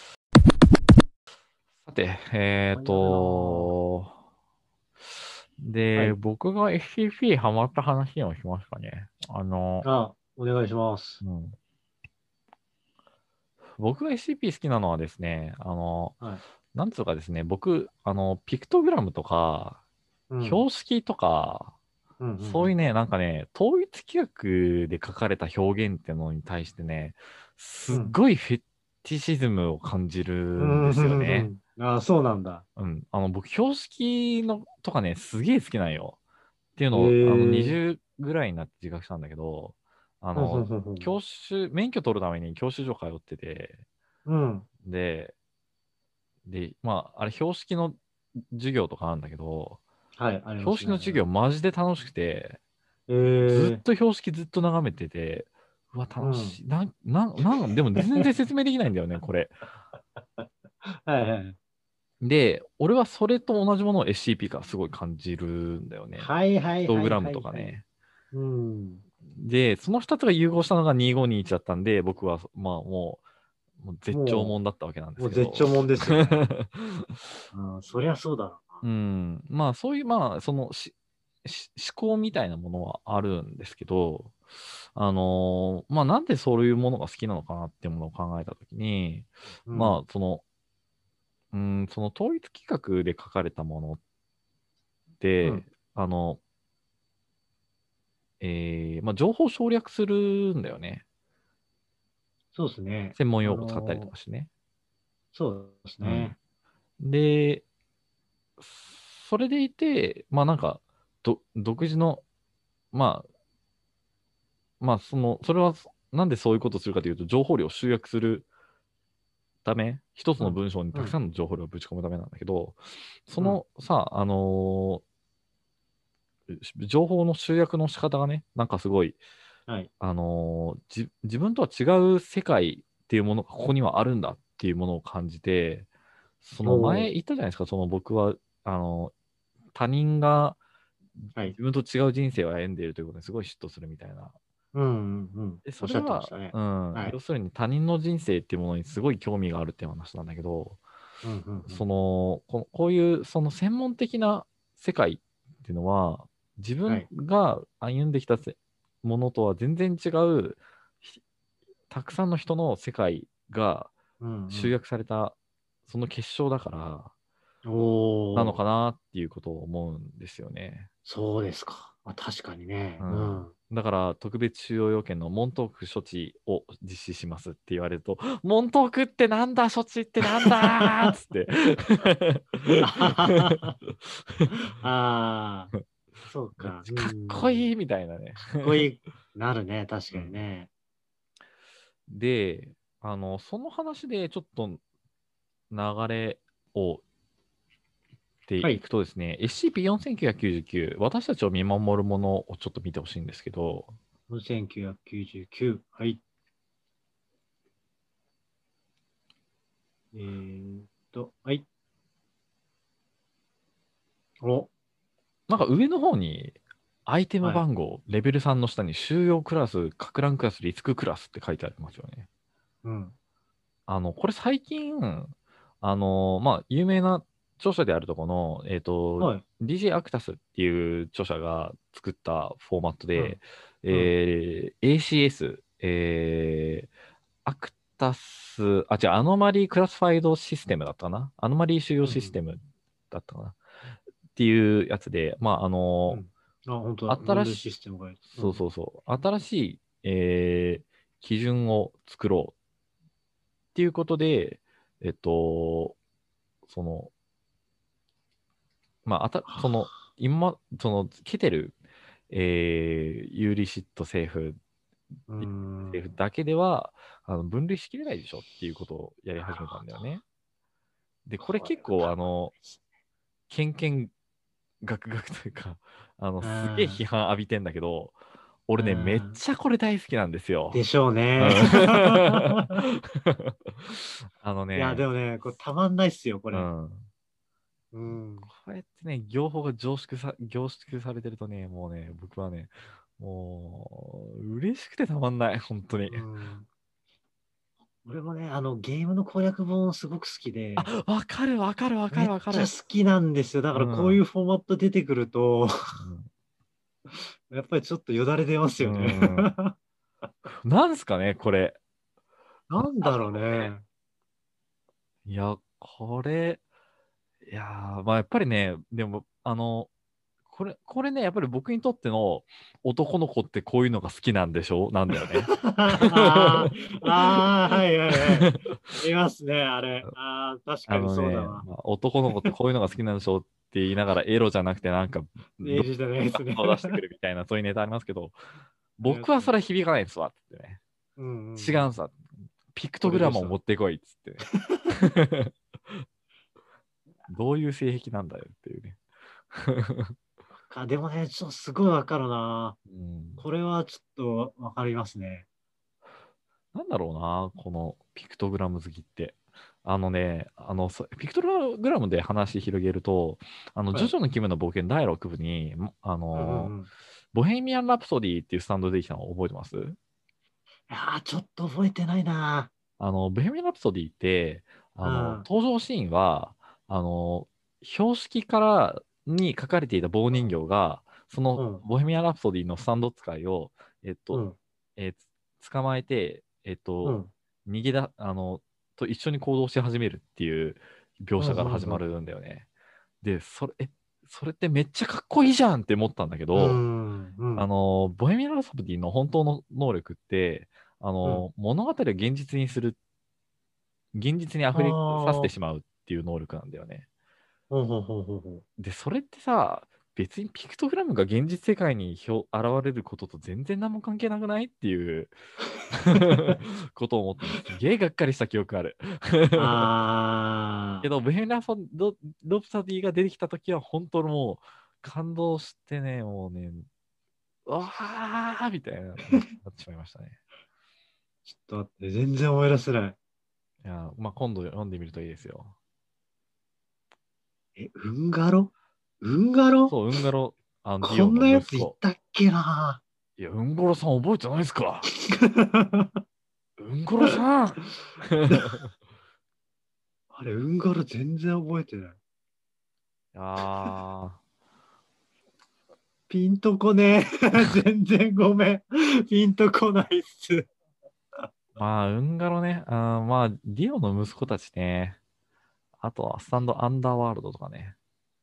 さて、えっ、ー、と、で、はい、僕が エスシーピー ハマった話をしますかね。あの、 あ、お願いします。うん、 僕が エスシーピー 好きなのはですね、あの、はい、なんつうかですね、僕、あの、ピクトグラムとか、うん、標識とか、うんうんうん、そういうね、なんかね、統一規約で書かれた表現ってのに対してね、すっごいフェティシズムを感じるんですよね。 うん、ああ、そうなんだ。 うん。あの、僕、標識のとかね、すげえ好きなんよ。っていうのを、あの、にじゅうぐらいになって自覚したんだけど、あの、教習、免許取るために教習所通ってて、うん。で、で、まあ、あれ、標識の授業とかあるんだけど、はい、ありますね。標識の授業マジで楽しくて、えー、ずっと標識ずっと眺めてて、うわ、楽しい。うん、な、な、なん、でも全然説明できないんだよね、これ。はいはい。で、俺はそれと同じものを エスシーピー からすごい感じるんだよね。 はいはいはい。 プログラムとかね。 うん。 で、そのふたつが融合したのがにせんごひゃくにじゅういちだったんで、僕は、まあもう、 もう絶頂もんだったわけなんですけど。もう絶頂もんですよ、ねうん。そりゃそうだろうな。うん。まあそういう、まあそのしし思考みたいなものはあるんですけど、あのー、まあなんでそういうものが好きなのかなっていうものを考えたときに、うん、まあその、うん、その統一企画で書かれたものって、うん、あの、えー、まあ情報を省略するんだよね。 そうですね。 専門用語使ったりとかしてね。 そうですね。 うん、で、それでいて、まあなんか、ど独自の、まあ、まあその、それはなんでそういうことをするかというと、情報量を集約するため、一つの文章にたくさんの情報量をぶち込むためなんだけど、うん、そのさ、あのー、情報の集約の仕方がね、なんかすごい、 はい、 あのー、自分とは違う世界っていうものがここにはあるんだっていうものを感じて、その前言ったじゃないですか、その僕は、あのー、他人が自分と違う人生を歩んでいるということにすごい嫉妬するみたいな。 うんうんうん、 でそれは、ねうん、はい、要するに他人の人生っていうものにすごい興味があるっていう話なんだけど、うんうんうん、そのここういうその専門的な世界っていうのは自分が歩んできたものとは全然違う、はい、たくさんの人の世界が集約されたその結晶だから、おなのかなっていうことを思うんですよね。 そうですか。まあ、確かにね。うん。うん、だから特別収容要件のモントーク処置を実施しますって言われると、モントークってなんだ、処置ってなんだーっつって。 ああ、そうか。 かっこいいみたいなね。 かっこいいなるね、確かにね。 うん、で、あの、その話でちょっと流れをっていくとですね、はい、エスシーピーよんせんきゅうひゃくきゅうじゅうきゅう、私たちを見守るものをちょっと見てほしいんですけど。 よんせんきゅうひゃくきゅうじゅうきゅう、はい。えーっと、はい。おなんか上の方に、アイテム番号、はい、レベルさんの下に収容クラス、かく乱クラス、リスククラスって書いてありますよね。うん。あの、これ最近、あの、まあ、有名な著者であるところの、えっ、ー、と、はい、ディージェー アクタスっていう著者が作ったフォーマットで、うん、えー、エーシーエス、えー、アクタス、あ、違う、アノマリークラスファイドシステムだったかな。アノマリー収容システムだったかな。うん、っていうやつで、まあ、あの、 うん、あ、本当だ。 新しい、システムが、うん、そうそうそう、新しい、えー、基準を作ろうっていうことで、えっと、その、まあ、あた、その、今、その、ケテル、えー、ユーリシット政府、政府だけでは、あの分類しきれないでしょっていうことをやり始めたんだよね。で、これ結構、あの、けんけんがくがくというか、あの、すげえ批判浴びてんだけど、俺ね、めっちゃこれ大好きなんですよ。 でしょうね。 あのね。 いや、でもね、これたまんないっすよ、これ。うんうん、こうやってね、業法が凝縮さ凝縮されてるとね、もうね、僕はね、もう、嬉しくてたまんない、本当に。うん、 俺もね、あの、ゲームの攻略本すごく好きで。 あ、わかるわかるわかるわかる。 めっちゃ好きなんですよ。だからこういうフォーマット出てくると、うん、やっぱりちょっとよだれ出ますよね。 なんすかね、これ。 なんだろうね。 いや、これ、いやまあやっぱりね、でも、あの、これ、これね、やっぱり僕にとっての男の子ってこういうのが好きなんでしょなんだよね。 ああ、はいはいはい。いますね、あれ。ああ、確かにそうだわ。 ねまあ、男の子ってこういうのが好きなんでしょって言いながら、エロじゃなくてなんか、 エロじゃないですね。 出してくるみたいな、そういうネタありますけど、僕はそれ響かないですわ、つってね。うんうん、違うんさ。ピクトグラムを持ってこい、つってね。どういう性癖なんだよっていうね。 かでもね、ちょっとすごいわかるな、うん。これはちょっとわかりますね。 なんだろうな、このピクトグラム好きって。あのね、あの、ピクトグラムで話広げると、あの、ジョジョの奇妙な冒険だいろく部に、あの、うんうんうん、ボヘミアン・ラプソディっていうスタンドできたの覚えてます？いやー、ちょっと覚えてないな。 あの、ボヘミアン・ラプソディって、あの、 うん登場シーンは、あの、標識からに書かれていた棒人形が、そのうんボヘミアン・ラプソディのスタンド使いを、えっと、 うんえーつ捕まえて、えっと、 うん逃げだ、あの、と一緒に行動し始めるっていう描うん写から始まうんるんだよね。で、それ、え、それってめっちゃかっこいいじゃんって思ったんだけうど、 んうんあの、ボヘミアン・ラプソディの本当の能力って、あうんの、物語を現実にする、現実にあ溢れさせてあしまうっていう能力なんだよね。 ほんほんほんほんほんで、それってさ、別にピクトグラムが現実世界に表現れることと全然何も関係なくないっていうことを思ってすげえがっかりした記憶ある。けあど、ボヘミアン・ラプソドロプソディが出てきたときは本当にもう感動してね、もうね、うわーみたいな、なってしまいましたね。 ちょっと待って、全然思い出せない。 いや、まあ、今度読んでみるといいですよ。 え、ウンガロウンガロそう、ウンガロ、あの、ディオこんなやついの息子。 たっけな。 いや、ウンゴロさん覚えてないですか？ウンゴロさんあれ、ウンガロ全然覚えてない。 あピンとこねえ。全然ごめん。ピンとこないっす。 ー、まあ、ウンガロね、あーまあ、ディオの息子たちね。あとは、スタンドアンダーワールドとかね。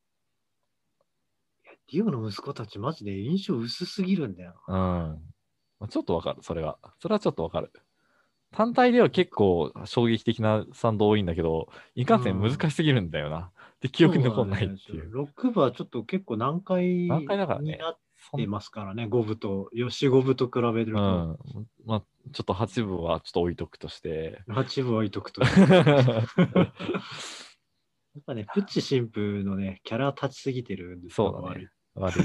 ディオの息子たちマジで印象薄すぎるんだよ。 うん。まあちょっとわかる、それは。それはちょっとわかる。単体では結構衝撃的なスタンド多いんだけど、いかんせん難しすぎるんだよな。で、記憶に残んないっていう。 ロック部はちょっと結構難解何回にだからね。 なっそんてますからね、ご部と、よしご部と比べるうと。 ん。まあ、ちょっとはち部はちょっと置いとくとして。 はち部は置いとくとして。やっぱね、プッチ神父のね、キャラ立ちすぎてるんですそうだ悪い。 ね。悪い。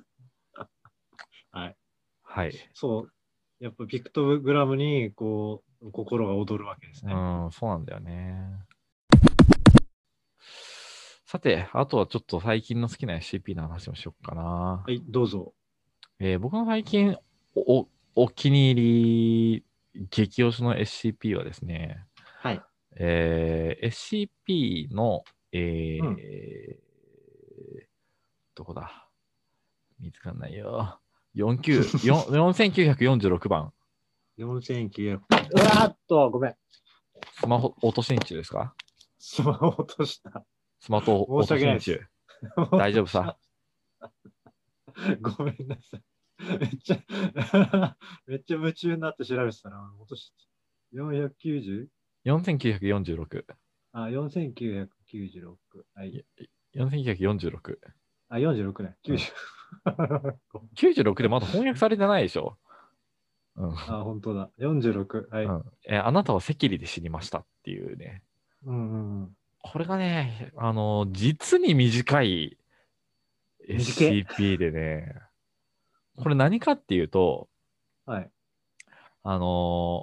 はい。 はい。 そう。やっぱピクトグラムに、こう、心が躍るわけですね。 うん、そうなんだよね。さて、あとはちょっと最近の好きな エスシーピー の話をしようかな。 はい、どうぞ。 えー僕の最近お、おお気に入り、激推しの エスシーピー はですね、 はい。 えー エスシーピー の、えーうんどこだ見つかんないよ。よんきゅうよん よんせんきゅうひゃくよんじゅうろくばん。 よんせんきゅうひゃく。うわーっと、ごめん。 スマホ落としん中ですか？ スマホ落とした。 スマホ落申し訳ないですとしん中。大丈夫さ。 ごめんなさい。めっちゃ、めっちゃ夢中になって調べてたら、落とし よんひゃくきゅうじゅう? よんせんきゅうひゃくよんじゅうろく。 あ、よんせんきゅうひゃくきゅうじゅうろく。はい。 よんせんきゅうひゃくよんじゅうろく。 あ、よんじゅうろくね。きゅうじゅう。 きゅうじゅうろくでまだ翻訳されてないでしょ。うん。 あ、本当だ。よんじゅうろく。はい。 うん、えあなたは赤痢で死にましたっていうね。 うんうんうん。 これがね、あの、実に短い エスシーピー でね、これ何かっていうと、 はい。 あの、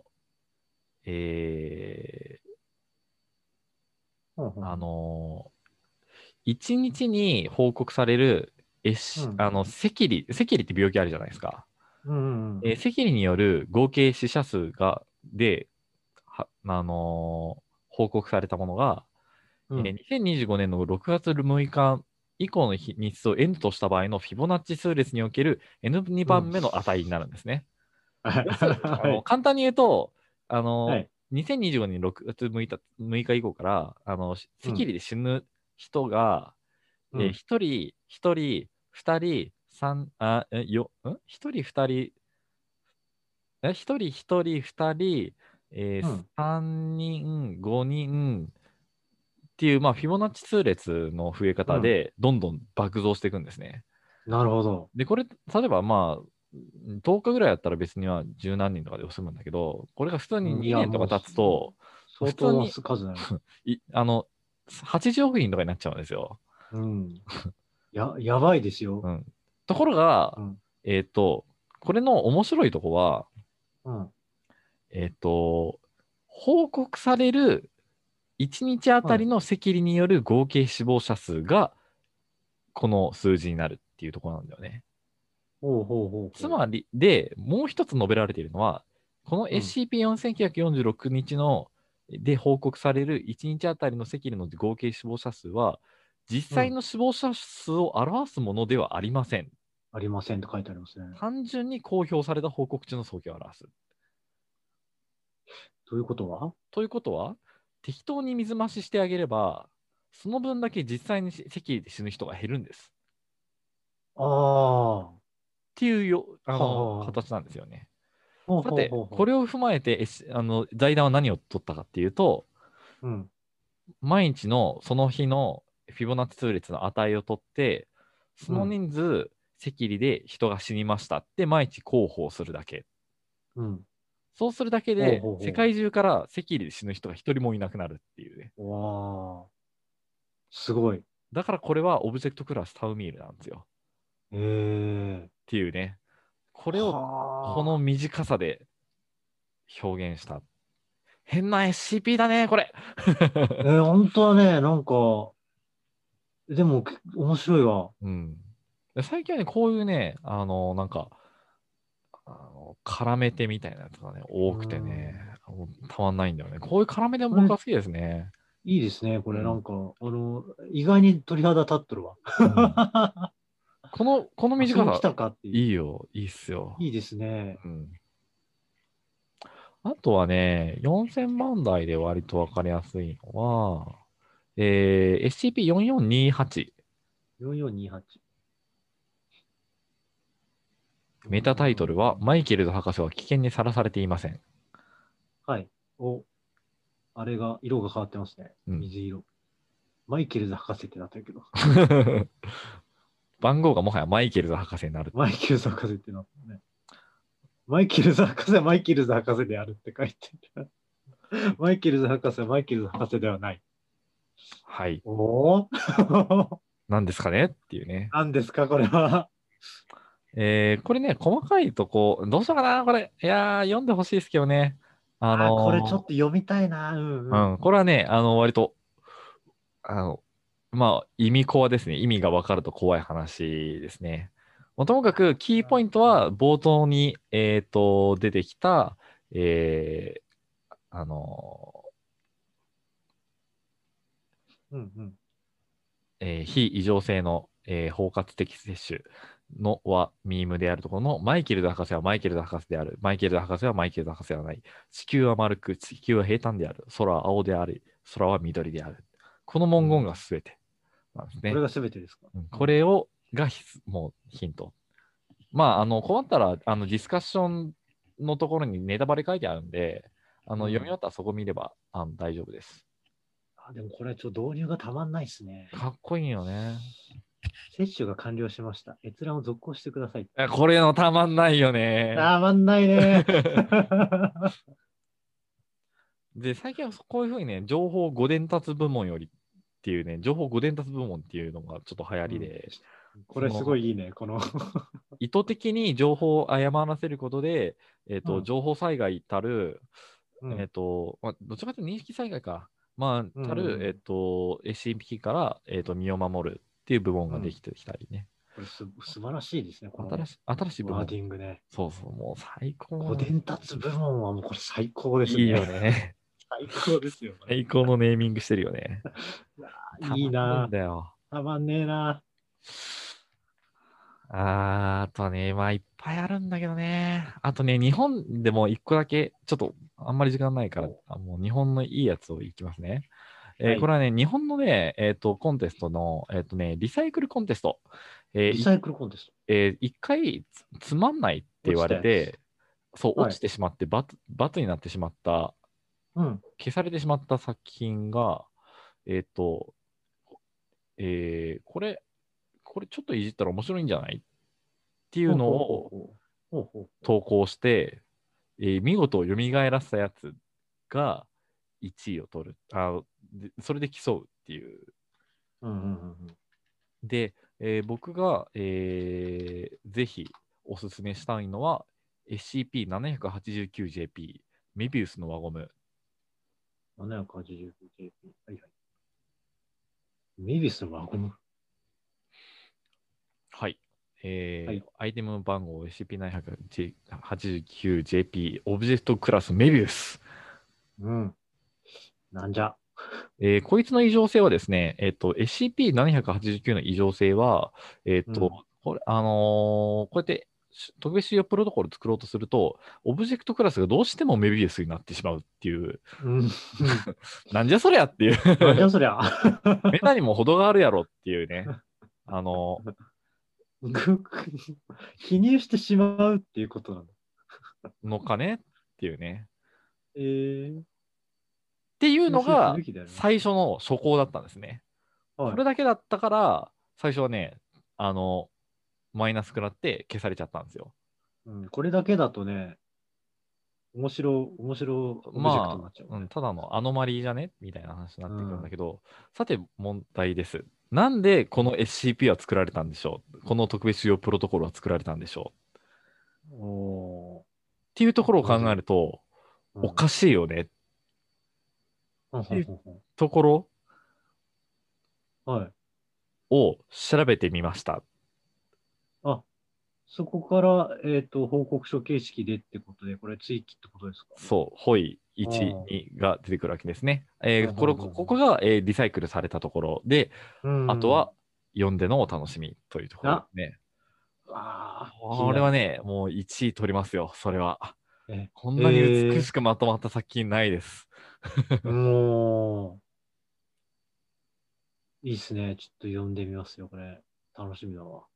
えほんほんー、あの、いちにちに報告される、S うん。 あの、赤痢、赤痢って病気あるじゃないですか。 うんうんうん。 えー赤痢による合計死者数が、で、はあのー報告されたものが、えーうん。 にせんにじゅうごねんのろくがつむいか以降の日日数を N とした場合のフィボナッチ数列における エヌに 番目の値になるんですね。要するにあはい。 の簡単に言うと、あのはい。 にせんにじゅうごねんろくがつむいかむいか以降からあの赤うん痢で死ぬ人が、えー、 うん。 ひとり、ひとり、ふたり、さん、あ、え、よ、ん ?ひとり、ふたり、え、ひとり、ひとり、ふたり、えー、 うんさんにん、ごにんっていう、まあ、フィボナッチ数列の増えうん。 方で、どんどん爆増していくんですね。 なるほど。 で、これ、例えばまあ、とおかぐらいやったら別には十何人とかで済むんだけど、これが普通にうんいや、 にねんとかもう、 経つと、 相当な普通に数だね。 いあの、はちじゅうおく人とかになっちゃうんですよ。 うん。や、やばいですよ。 うん。ところが、 うん。 えっと、これの面白いとこは、 うん。 えっと、報告されるいちにちあたはい。 りの赤痢による合計死亡者数が、この数字になるっていうところなんだよね。 ほうほうほうほう。 つまり、で、もう一つ述べられているのは、このうん。 エスシーピーよんせんきゅうひゃくよんじゅうろく 日ので報告されるいちにちあたりの赤痢の合計死亡者数は、実際の死亡者数を表すものではありません。うん、 ありませんと書いてありますね。 単純に公表された報告値の総計を表す。 ということはということは、適当に水増ししてあげれば、その分だけ実際に赤痢で死ぬ人が減るんです。 ああ。 っていうよあのはあ、 形なんですよね。 ほうさて、 ほうほうほう。 これを踏まえて、あの財団は何を取ったかっていうと、 うん。 毎日のその日のフィボナッチ数列の値を取って、その人数、赤痢で人が死にましたって毎日広報するだけ。 うん。 そうするだけで、 ほうほうほ世界中から赤痢で死ぬ人が一人もいなくなるっていうね。 う。わあ。すごい。 だからこれはオブジェクトクラスタウミールなんですよ。 へえ。 っていうね。これをこのはあ。 短さで表現した。変な エスシーピー だね、これ。 えー、本当はね、なんか、でも、け面白いわ。 うん。で最近はね、こういうね、あの、なんか、あの絡めてみたいなやつがね、 う多くてね、 ん。 もうたまんないんだよね。こういう絡めでもこれ、 僕は好きですね。 いいですね。これ、なうん。 んか、あの、意外に鳥肌立っとるわ。 うん。この、このあ、そう短さ、 きたかっていう。 いいよ、いいっすよ。 いいですね。 うん。あとはね、よんせんまん台で割とわかりやすいのは、えー、エスシーピーよんよんにはち。 よんよんにはち。 メタタイトルは、 よんよんにはち。 マイケルズ博士は危険にさらされていません。 はい。お、あれが、色が変わってますね。 うん。 水色。マイケルズ博士ってなってるけど。 番号がもはやマイケルズ博士になる。 マイケルズ博士ってなってるね。マイケルズ博士はマイケルズ博士であるって書いてる。マイケルズ博士はマイケルズ博士ではない。 はい。 おお何ですかねっていうね。 何ですか、これは。 えー、これね、細かいとこ、どうしようかな、これ。いやー、読んでほしいですけどね。ああ、これちょっのと読みたいな。うんうん。 ーうん、これはね、あの、割と、あの、まあ、意味コアですね。意味が分かると怖い話ですね。もうともかく、キーポイントは、冒頭に、えっと、出てきた、えー、あのうんうん。 えー非異常性の、えー包括的摂取のはミームであるところのマイケルズ博士はマイケルズ博士である。マイケルズ博士はマイケルズ博士ではない。地球は丸く、地球は平坦である。空は青であり、空は緑である。この文言がすべてなんですね。 これが全てですか。 うんこうんれを、がもうヒント。まあ、あの、困ったら、あの、ディスカッションのところにネタバレ書いてあるんで、あの、 うん読み終わったらそこ見れば、あの、大丈夫です。 あ、でもこれちょっと導入がたまんないですね。 かっこいいよね。 接種が完了しました。閲覧を続行してください。 えこれのたまんないよね。 たまんないね。 で、最近はこういうふうにね、情報ご伝達部門よりっていうね、情報ご伝達部門っていうのがちょっと流行うん、 りで、 これすごそのいいいね。この意図的に情報を誤らせることで、えっと、 うん、 情報災害たる、 うん、 えっと、まあ、どちらかというと認識災害か、まあ、 うん、 たる、えっうん。 と、エスシーピー から、えっと、身を守るっていう部門うん。 ができてきたりね。 これす素晴らしいですね。このね、 新しい、新しい部ワー門。 ディングね。 そうそう、もう最高の、 ご伝達部門はもうこれ最高ですいいよね。 ね。 最高ですよ、これ。 最高のネーミングしてるよね。 いやーたまんねえんいいな。 だよ。 たまんねえな。 あーあとね、まあいっぱいあるんだけどね。あとね、日本でも一個だけ、ちょっとあんまり時間ないから、 おあもう日本のいいやつをいきますね。えはい。 ーこれはね、日本のね、えっと、コンテストの、えっとね、リサイクルコンテスト。えーいリサイクルコンテスえー一回つ、つまんないってト。 言わ落ちたやつ。 れて、そう、 はい。 落ちてしまって罰、罰になってしまった、 うん。 消されてしまった作品が、えっと、えーこれ、これちょっといじったら面白いんじゃないっていうほうほうほうのをほう。ほうほうほう。 投稿して、えー見事蘇らせたやつがいちいを取る。あでそれで競うっていう。 うんうんうんうん。 で、えー僕が、えーぜひおすすめしたいのは エスシーピーななひゃくはちじゅうきゅうジェーピー メビウスの輪ゴム。 ななひゃくはちじゅうきゅうジェーピー。はいはい。メビスの輪ゴム。 はい。えーはい。 アイテム番号 エスシーピーななひゃくはちじゅうきゅうジェーピー オブジェクトクラスメビウス。 うん。 なんじゃ。 えーこいつの異常性はですね、えっと、エスシーピーななひゃくはちじゅうきゅう の異常性は、えっと、 うん。 これ、あのーこうやってし特別仕様プロトコル作ろうとすると、オブジェクトクラスがどうしてもメビウスになってしまうっていう、 うん。うん。 なんじゃそりゃっていう。 なんじゃそりゃ。 メタにも程があるやろっていうね、あの記入してしまうっていうことなの。 のかねっていうね。 えー、 っていう修正すのがべきだよね。 最初の初稿だったんですね。こはい。 れだけだったから、最初はね、あの、マイナス食らって消されちゃったんですよ。 うん、これだけだとね、面白、面白オブジェクトになまあ、うっちゃうね。 ん、ただのアノマリーじゃねみたいな話になってくるんだうん。 けど、さて問題です。なんでこの エスシーピー は作られたんでしょう、この特別仕様プロトコルは作られたんでしょうおー、 っていうところを考なぜ？ えると、 うん。 おかしいよねっほんていうほんほんほん。 ところはい。 を調べてみました。 あ、そこから、えっと、報告書形式でってことで、これ追記ってことですか？ そう、ホイいち、 うん。 にが出てくるわけですね。えーこれ、 ほんほんほこここんほん。 が、えーリサイクルされたところで、 うん。 あとは読んでのお楽しみというところであ、 すね。 あー、気になる。 これはね、もういちい取りますよ、それは。 え、 こんなに美しえくまとまった作品ないです。 ー、もう、いいっすね。ちょっと読んでみますよ、これ。楽しみだわ。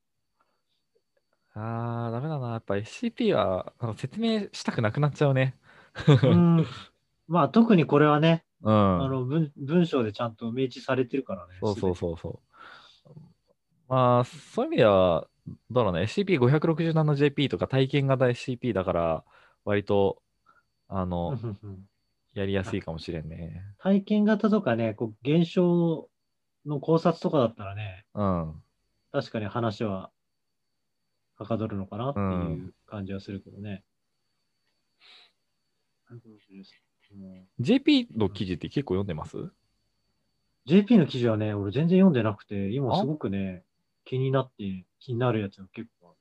あー、ダメだな。やっぱ エスシーピー はなんか説明したくなくなっちゃうね。 うん。まあ、特にこれはね、 うん。 あの、文、文章でちゃんと明示されてるからね、 そうそうすべて。 そうそう。まあ、そういう意味では、どうだろうね。エスシーピーごひゃくろくじゅうななジェーピー とか体験型 エスシーピー だから、割と、あうんの、 うんうん。 やりやすあ、 いかもしれんね。 体験型とかね、こう、現象の考察とかだったらね、 うん。 確かに話ははかどるのかなっていうん。 う感じはするけどね。うん、 ジェーピー の記事って結構読んでます？ ジェーピー の記事はね、俺全然読んでなくて、今すあ、 ごくね、気になって、気になるやつが結構あ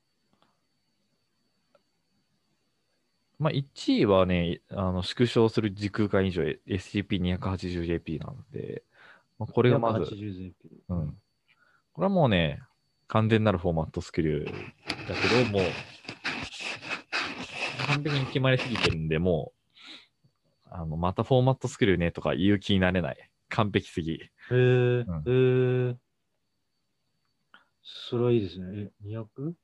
まあ、いちいはね、あの縮小する時空間以上 エスシーピーにひゃくはちじゅうジェーピー なので、まあ、こる。 れがまず、 にひゃくはちじゅうジェーピー。うん。 うん。これはもうね、完全なるフォーマットスキルだけど、もう完璧に決まりすぎてるんで、もう、あの、またフォーマットスキルねとか言う気になれない。完璧すぎ。 へえ、 うん。 へえ、それはいいですね。え、にひゃく？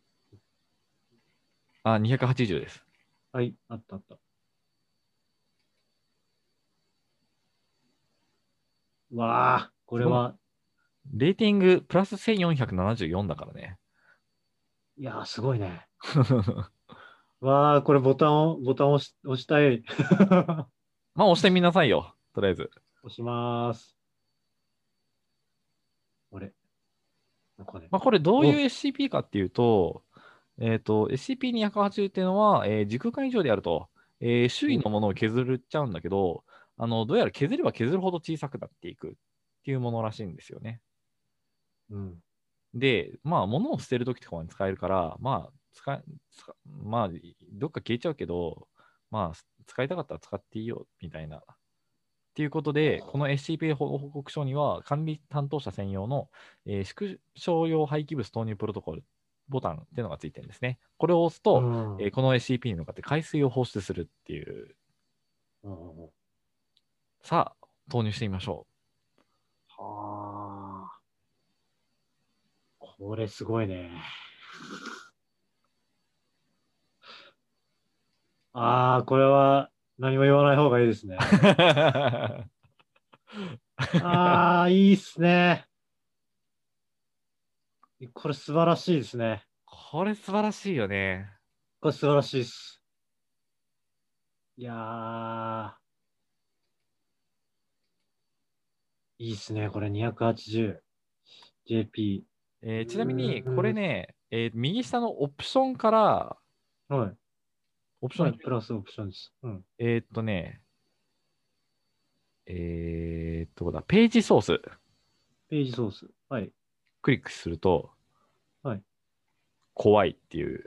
あ、にひゃくはちじゅうです。 はい、あったあった。わあ、こすごい。 れは、 レーティングプラスせんよんひゃくななじゅうよんだからね。 いやー、すごいね。わあ、これボタンを、ボタンを押し、押したい。 まあ、押してみなさいよ。とりあえず。 押します。あれ、なんかね。 まあ、これどういうお、 エスシーピー かっていうと、えっと、エスシーピーにひゃくはちじゅう っていうのは、えー時空間以上であると、えー周囲お、 のものを削っちゃうんだけど、あの、どうやら削れば削るほど小さくなっていくっていうものらしいんですよね。 うん。 で、まあ、物を捨てるときとかに使えるから、まあ、使い、使まあ、どっか消えちゃうけど、まあ、使いたかったら使っていいよ、みたいな。っていうことで、この エスシーピー 報告書には、管理担当者専用の、えー縮小用廃棄物投入プロトコルボタンっていうのがついてるんですね。これを押すうと、えん。 ーこの エスシーピー に向かって海水を放出するっていう。 うん。 さあ、投入してみましょはあ、これすごいね。ああ、これは何も言わない方がいいですね。 う。 ああ、いいっすね。これ素晴らしいですね。 これ素晴らしいよね。 これ素晴らしいです。いやー、いいっすね。これ にひゃくはちじゅうジェーピー。 えーちなみに、これうね、えー右下のオプションから、 ーん。はい。 オプション、 はい。プラスオプションです。うん。 えーっとね、えーっと、どこだ、ページソース、 ページソース。はい。 クリックすると、 はい。 怖いっていう。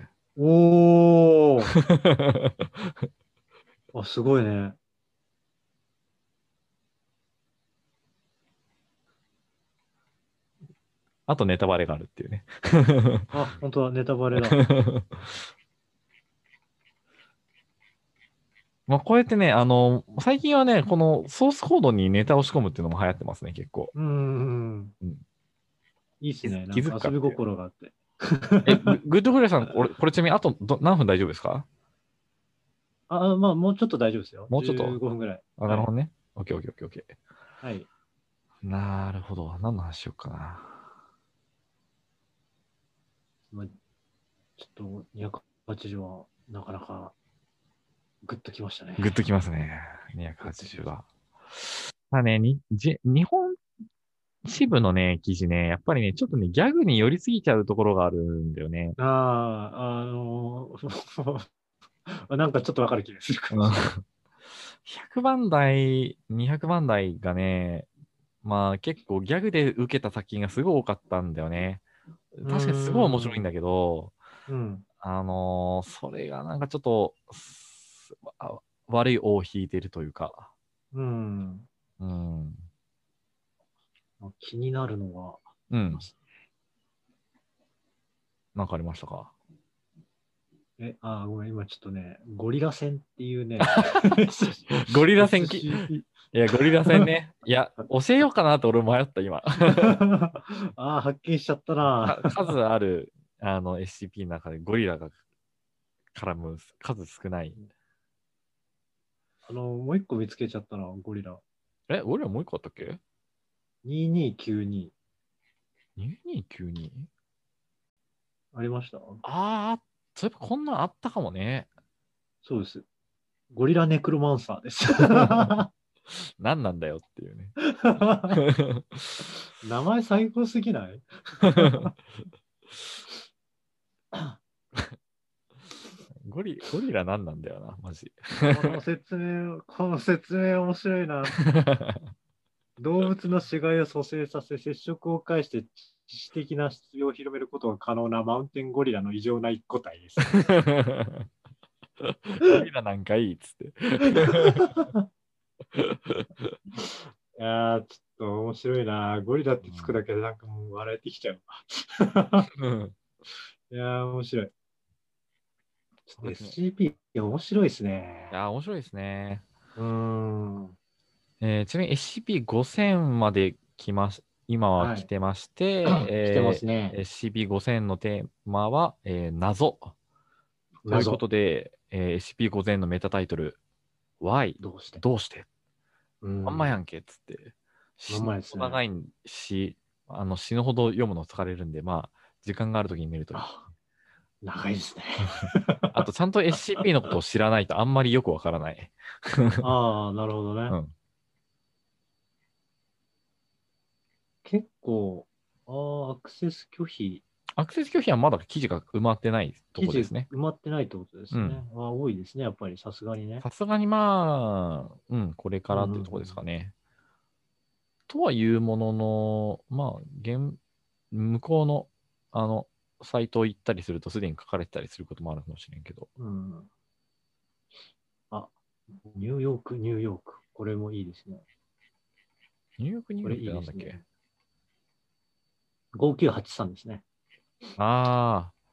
おー。あ、すごいね。 あとネタバレがあるっていうね。 あ、本当だ、ネタバレだ。 まあこうやってね、あの、最近はね、このソースコードにネタを仕込むっていうのも流行ってますね、結構。 うん。 うん、 いいっすね。な気んか遊びづくかっていう。 心があって。 え、ググッドフレアさん、これ、これちなみにあとど何分大丈夫ですか？ あ、まあ、もうちょっと大丈夫ですよ。15 もうちょっと。 分ぐらい。 あ、なはい。 るほどね。オッケーオッケーオッケーオッケはい。 ー。なるほど。何の話しようかな。 まあ、ちょっとにひゃくはちじゅうはなかなかグッときましたね。 グッときますね。にひゃくはちじゅうは。まあね、に、じ、日本支部のね、記事ね、やっぱりね、ちょっとね、ギャグに寄りすぎちゃうところがあるんだよね。 ああ、あのーなんかちょっとわかる気がするかもうん。 しれない。 ひゃくばん台、にひゃくばん台がね、まあ結構ギャグで受けた作品がすごい多かったんだよね。 うー確かにすごい面白いんん。 だけど、 うん。 あのーそれがなんかちょっと、すあ悪い尾を引いてるというか、 うん。 うん。 気になるのがうん。 あります。 なんかありましたか？ え、あー、ごめん、今ちょっとね、ゴリラ戦っていうね、 ゴリラ戦き、いエスシーピーや、ゴリラ戦ね。いや、教えようかなと俺迷った、今。 ああ、発見しちゃったな。 か数あるあの エスシーピー の中でゴリラが絡む数少ない。 あの、もう一個見つけちゃったな、ゴリラ。 え、ゴリラもう一個あったっけ？ ににきゅうに。 にせんにひゃくきゅうじゅうに？ ありました？ ああ、そういえばこんなんあったかもね。 そうです。ゴリラネクロマンサーです。 何なんだよっていうね。 名前最高すぎない？ ゴリ、ゴリラ何なんだよな、マジ。 この説明、この説明面白いな。動物の死骸を蘇生させ、接触を介して致死的な質病を広めることが可能なマウンテンゴリラの異常な一個体です。 ゴリラなんかいいっつって。 いやー、ちょっと面白いな。ゴリラってつくだけでなんかもう笑えてきちゃう。 うん、 いやー、面白い。ちょっと エスシーピー、いや、面白いですね。 いや、面白いですね。 うーん。 えーちなみに エスシーピーごせん まで来まし、今ははい。 来てまして、 来てまえー、 すね。 エスシーピーごせん のテーマは、えー謎。というこ謎。 とで、えー、エスシーピーごせん のメタタイトル、Why? どうして？ どうしてうん。 まんまやんけっつって、 ま死ぬんまですね。 ほど長いし、あの死ぬほど読むの疲れるんで、まあ、時間があるときに見るといい。 あ、長いですね。 あと、ちゃんと エスシーピー のことを知らないとあんまりよくわからない。 ああ、なるほどね。 うん。 結構、ああ、アクセス拒否、 アクセス拒否はまだ記事が埋まってないと記事こですね。 埋まってないってことですね。 うん。 ああ、多いですね、やっぱり、さすがにね。 さすがにまあ、うん、これかうんうんらっていうところですかね。とはいうものの、まあ、現、向こうの、あの、サイト行ったりするとすでに書かれてたりすることもあるかもしれんけど。 うん。うん。あ、ニューヨーク、ニューヨーク。これもいいですね。 ニューヨークニューこれヨークっいいですね。 てなんだっけ？ ごきゅうはちさんですね。 ああ、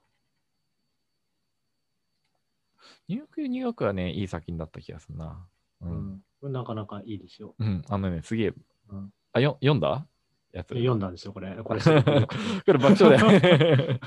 ニューヨークニューヨークはね、いい作品だった気がするな。うん。 うん。これなかなかいいですよ。 うん、あのね、すげえ、 うん。 あ、よ、読んだやつ。 読んだんですよ、これ。これすごくよくて。 これ爆笑だよね。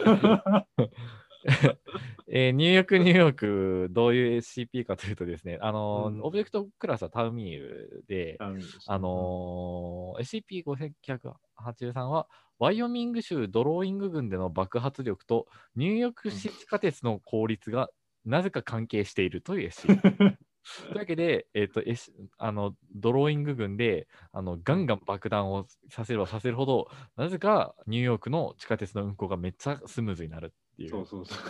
えーニューヨーク、ニューヨーク、どういう エスシーピー かというとですね、あのー、 うん。 オブジェクトクラスはタウミールで、 ダメですあね。 のー、エスシーピーごせんきゅうひゃくはちじゅうさん は、ワイオミング州ドローイング群での爆発力とニューヨークうん。 市地下鉄の効率がなぜか関係しているという エスシーピー。というわけで、えっ、と、S、あの、ドローイング群で、あの、ガンガン爆弾をさせればさせるほど、なぜかニューヨークの地下鉄の運行がめっちゃスムーズになるっていう。 そうそうそう。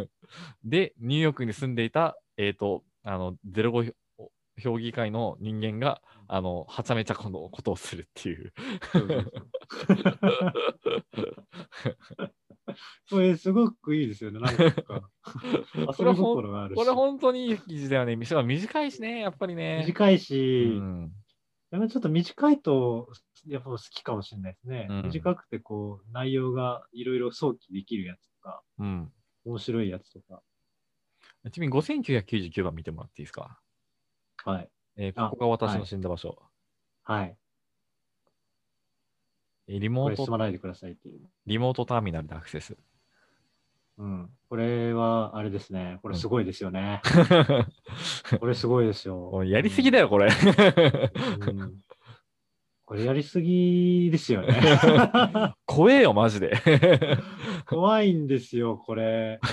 で、ニューヨークに住んでいた、えっ、と、あの、ゼロご評議会の人間が、あの、はちゃめちゃこのことをするっていう。 そうそうそう。これすごくいいですよね。なんか、遊びこれほん、これ心があるし。 本当にいい記事だよね。しかも短いしね、やっぱりね。 短いうし、 ん。 やっぱちょっと短いと、やっぱ好きかもしれないですね。 うん、 短くて、こう、内容がいろいろ想起できるやつとか、 うん。 面白いやつとか。 ちなみにごせんきゅうひゃくきゅうじゅうきゅうばん見てもらっていいですか？ はい。 えーこあ、 こが私のはい。 死んだ場所。 はい。 えーリモート、 これ進まないでくださいっていう。 リモートターミナルでアクセス。 うん。これは、あれですね。これうん。 すごいですよね。これすごいですよ。 もうやりすぎだうん。 よ、これ。 うん。これやりすぎですよね。 怖えよ、マジで。 怖いんですよ、これ。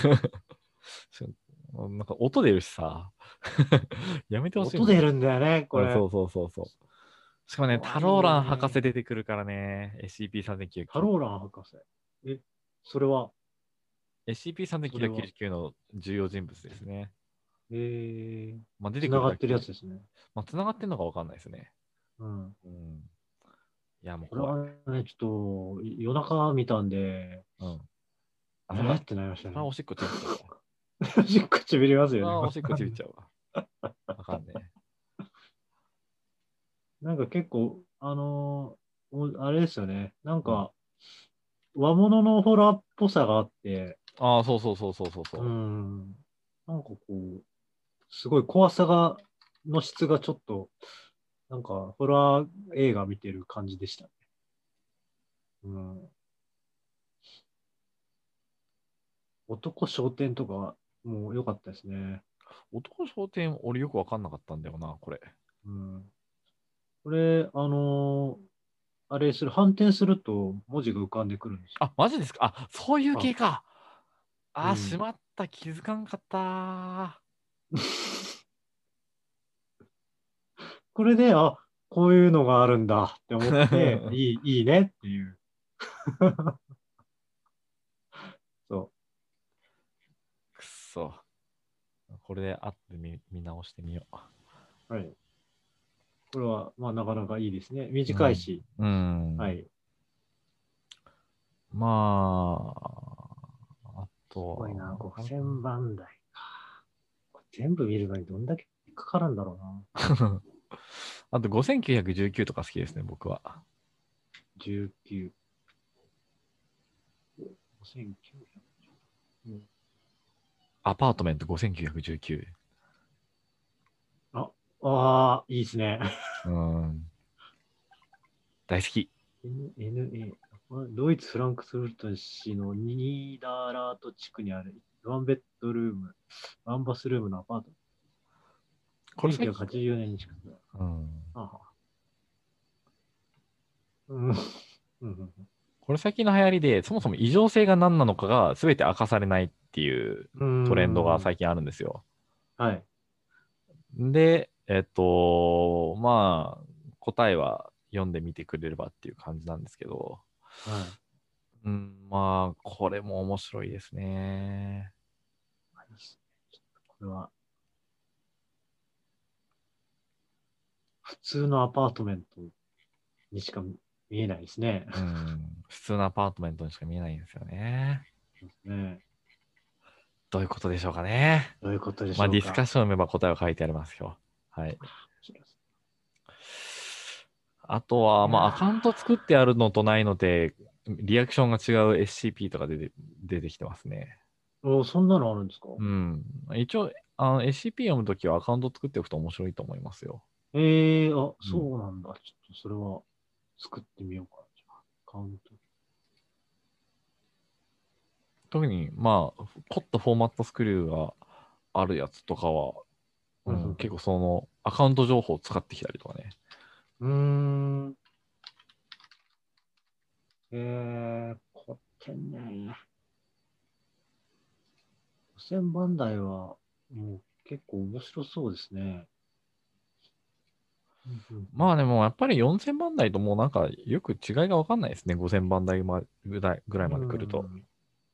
なんか音出るしさ。やめてほしいもん。 音出るんだよね、これ。 あ、そうそうそうそう。しかもね、タ怖いよローラン博士ね。 出てくるからね。エスシーピーさんぜんきゅうひゃくきゅうじゅうきゅう。 タローラン博士。え、それは、 エスシーピーさんぜんきゅうひゃくきゅうじゅうきゅう の重要人物ですね。 えー、 まあ、出てくつながってるやるだけで。 つですね。 まあ、繋がってんのかわかんないですね。 うん。 うん。いや、もうこれ怖い。 はね、ちょっと、夜中見たんで、 うん。あ、それは、 えーってなりましたね。 それはおしっこちびっちゃうわ。 しっこちびりますよね。 それはおしっこちびっちゃうわ。わかんねなんか結構、あのーおあれですよね。なんえ。うん。 か、和物のホラーっぽさがあって、 ああ、そうそうそうそうそううそん。なんかこう、すごい怖さが、の質がちょっと、なんか、ホラー映画見てる感じでしたね。うん。男商店とか、もう良かったですね。 う。男商店、俺よくわかんなかったんだよな、これ。 うん。これ、あのーあれする、反転すると文字が浮かんでくるんですよ。 あ、マジですか？あ、そういうあ、 系か。あ、しうん。 まった。気づかんかったこれで、あ、こういうのがあるんだって思って、 ー。 いい、いいねっていう。そくっそ。これで後で見見直してみよう。はい。これは、まあ、なかなかいいですね。 う。うん。 短いし。 うん。 はい。 まあ、あすごいな、 とは、 ごせんばん台か。これ全部見るのにどんだけかかるんだろうな。 あとごせんきゅうひゃくじゅうきゅうとか好きですね、僕は。 じゅうきゅう。ごせんきゅうひゃく。うん、 アパートメントごせんきゅうひゃくじゅうきゅう。 あ、ああ、いいですね。 うん。大好き。 N- エヌエー、ドイツ・フランクフルト市のニーダーラート地区にあるワンベッドルーム、ワンバスルームのアパート。1984 これ最近、 年に近く。 うん。 あはうんうんこれ最近の流行りで、そもそも異常性が何なのかが全て明かされないっていううトレンドがん。うーん。 最近あるんですよ。 はい。 で、えっと、まあ、答えは読んでみてくれればっていう感じなんですけど、 はい。 うん、まあ、これも面白いですね。 いいっすね、これは、普通のアパートメントにしか見えないですね。 うん、普通のアパートメントにしか見えないんですよね。 ね。 どういうことでしょうかね。 どういうことでまあ、 しょうか。 ディスカッションを読めば答えは書いてありますよ。はい。あとは、 いまあ、アカウント作ってあるのとないので、リアクションが違う エスシーピー とか出て出てきてますね。 お、そんなのあるんですか？ うん。一応、あの エスシーピー 読むときはアカウント作っておくと面白いと思いますよ。 ええー、あ、 うん。 そうなんだ。ちょっとそれは作ってみようかな。じゃあアカウント。 特に、まあ、凝ったフォーマットスクリューがあるやつとかは、うん、結構そのアカウント情報を使ってきたりとかね。 うーん。えー、凝ってんね。ごせんばん台は、もう結構面白そうですね。うんうんうん、 まあでも、やっぱりよんせんばん台ともうなんかよく違いがわかんないですね。ごせんばん台まぐらいぐらいうまで来ると。 ん、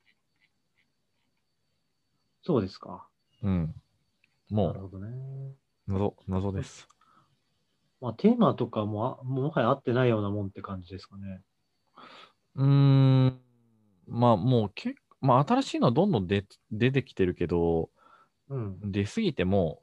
そうですか。 うん。もなるほどね。 う、謎、謎です。 まあ、テーマとかもあ、もはや合ってないようなもんって感じですかね。 うーん。まあもう結構、まあ新しいのはどんどん出出てきてるけど、 うん。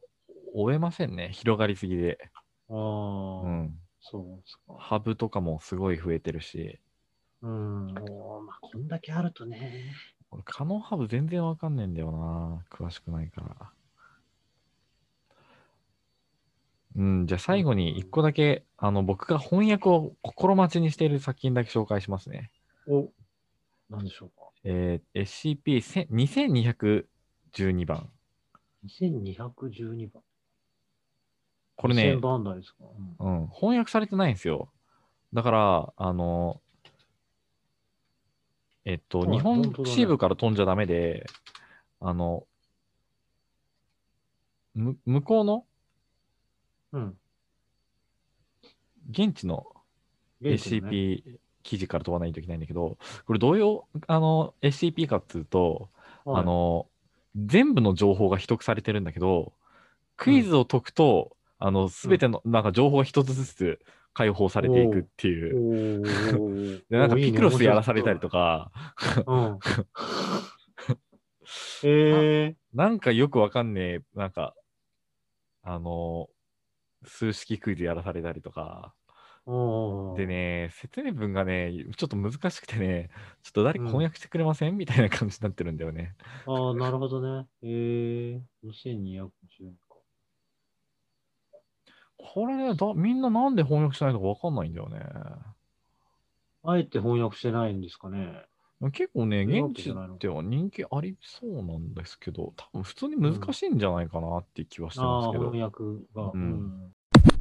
出すぎても追えませんね。広がりすぎで。 ああ、 うん。 そうですか。 ハブとかもすごい増えてるし。 うん、おまあ、こんだけあるとね。 俺、カノンハブ全然わかんないんだよな。詳しくないから。うん、じゃあ最後に一個だけ、うん、あの、僕が翻訳を心待ちにしている作品だけ紹介しますね。 お、何でしょうか。 えー、エスシーピーにせんにひゃくじゅうにばん。 にせんにひゃくじゅうにばん。 これね、にせんばん台ですか、 うん、うん。翻訳されてないんですよ。だから、あの、えっと、日本支部から飛んじゃダメで、あの、む向こうの、 うん、 現地の エスシーピー 記事から飛ばないといけないんだけど、これどういうあの エスシーピー かっていうと、はい、あの、全部の情報が秘匿されてるんだけど、クイズを解くと、うん、あの、すべての、なんか情報が一つずつ解放されていくっていう。で、なんかピクロスやらされたりとか、 えー、 なんかよくわかんねえ、なんか、あの、数式クイズやらされたりとか、でね、説明文がね、ちょっと難しくてね、ちょっと誰か翻訳してくれません、うん、みたいな感じになってるんだよね。 ああ、なるほどね。えー、にせんにひゃくじゅうか。 これねだ、みんななんで翻訳しないのかわかんないんだよね。 あえて翻訳してないんですかね。 結構ね、現地では人気ありそうなんですけど、多分普通に難しいんじゃないかなって気はしてますけど。 うん、ああ、翻訳が。うん。うん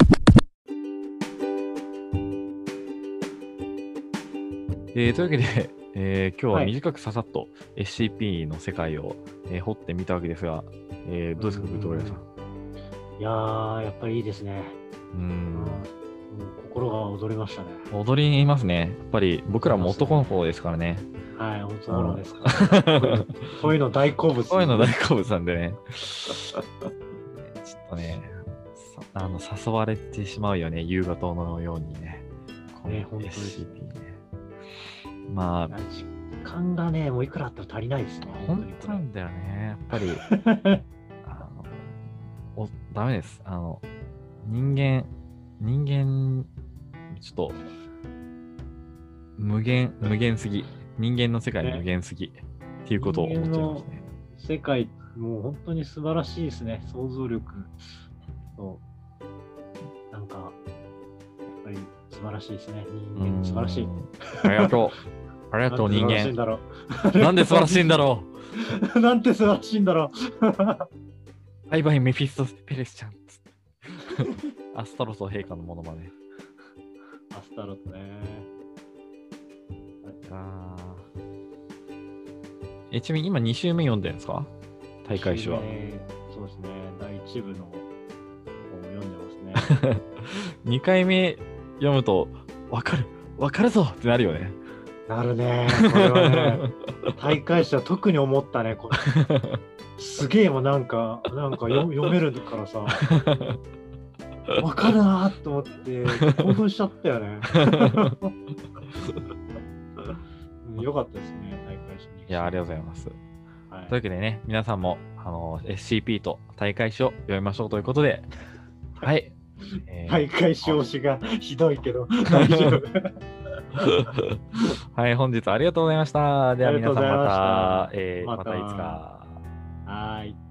えー、というわけで、えー、今日は短くささっと エスシーピー の世界を、えー、掘ってみたわけですが、えー、どうですか、グッドウェイさん。 いやー、やっぱりいいですね。 うん。うん心が踊りましたね。 踊りますね。やっぱり僕らも男の子ですからね。 はい、男の子ですから、ね。こういうの大好物。 こういうの大好物なんでね。ちょっとね、あの誘われてしまうよね、夕方のようにね。 この エスシーピーね。まあ、 時間がね、もういくらあっても足りないですね。 本当なんだよね。やっぱり、あのおダメです。あの、人間、人間、ちょっと、無限、無限すぎ。人間の世界無限すぎ。ね、っていうことを思っちゃいますね。 世界、もう本当に素晴らしいですね。想像力と、なんか、やっぱり素晴らしいですね。人間素晴らしい。 ありがとう。ありがとう、人間。 なんで素晴らしいんだろう。なんて素晴らしいんだろう。バイバイ、メフィスト・ペレスちゃん。アスタロス陛下のものまね。 アスタロスね。 あえ、ちなみに今に週目読んでるんですか？大会誌は。 そうですね。だいいち部の本を読んでますね。 にかいめ読むと、わかる、わかるぞってなるよね。 なるね。これはね、大会誌は特に思ったね。これすげえもなんか、なんか読読めるからさ。わかるなーと思って興奮しちゃったよね。よかったですね、大会誌に。 いや、ありがとうございます。はい、というわけでね、皆さんもあの エスシーピー と大会誌を読みましょうということで、はい。 えー、大会誌推しがひどいけど、大丈夫。 はい、本日ありがとうございました。では皆さんまた、また、えー、またいつか。 はい。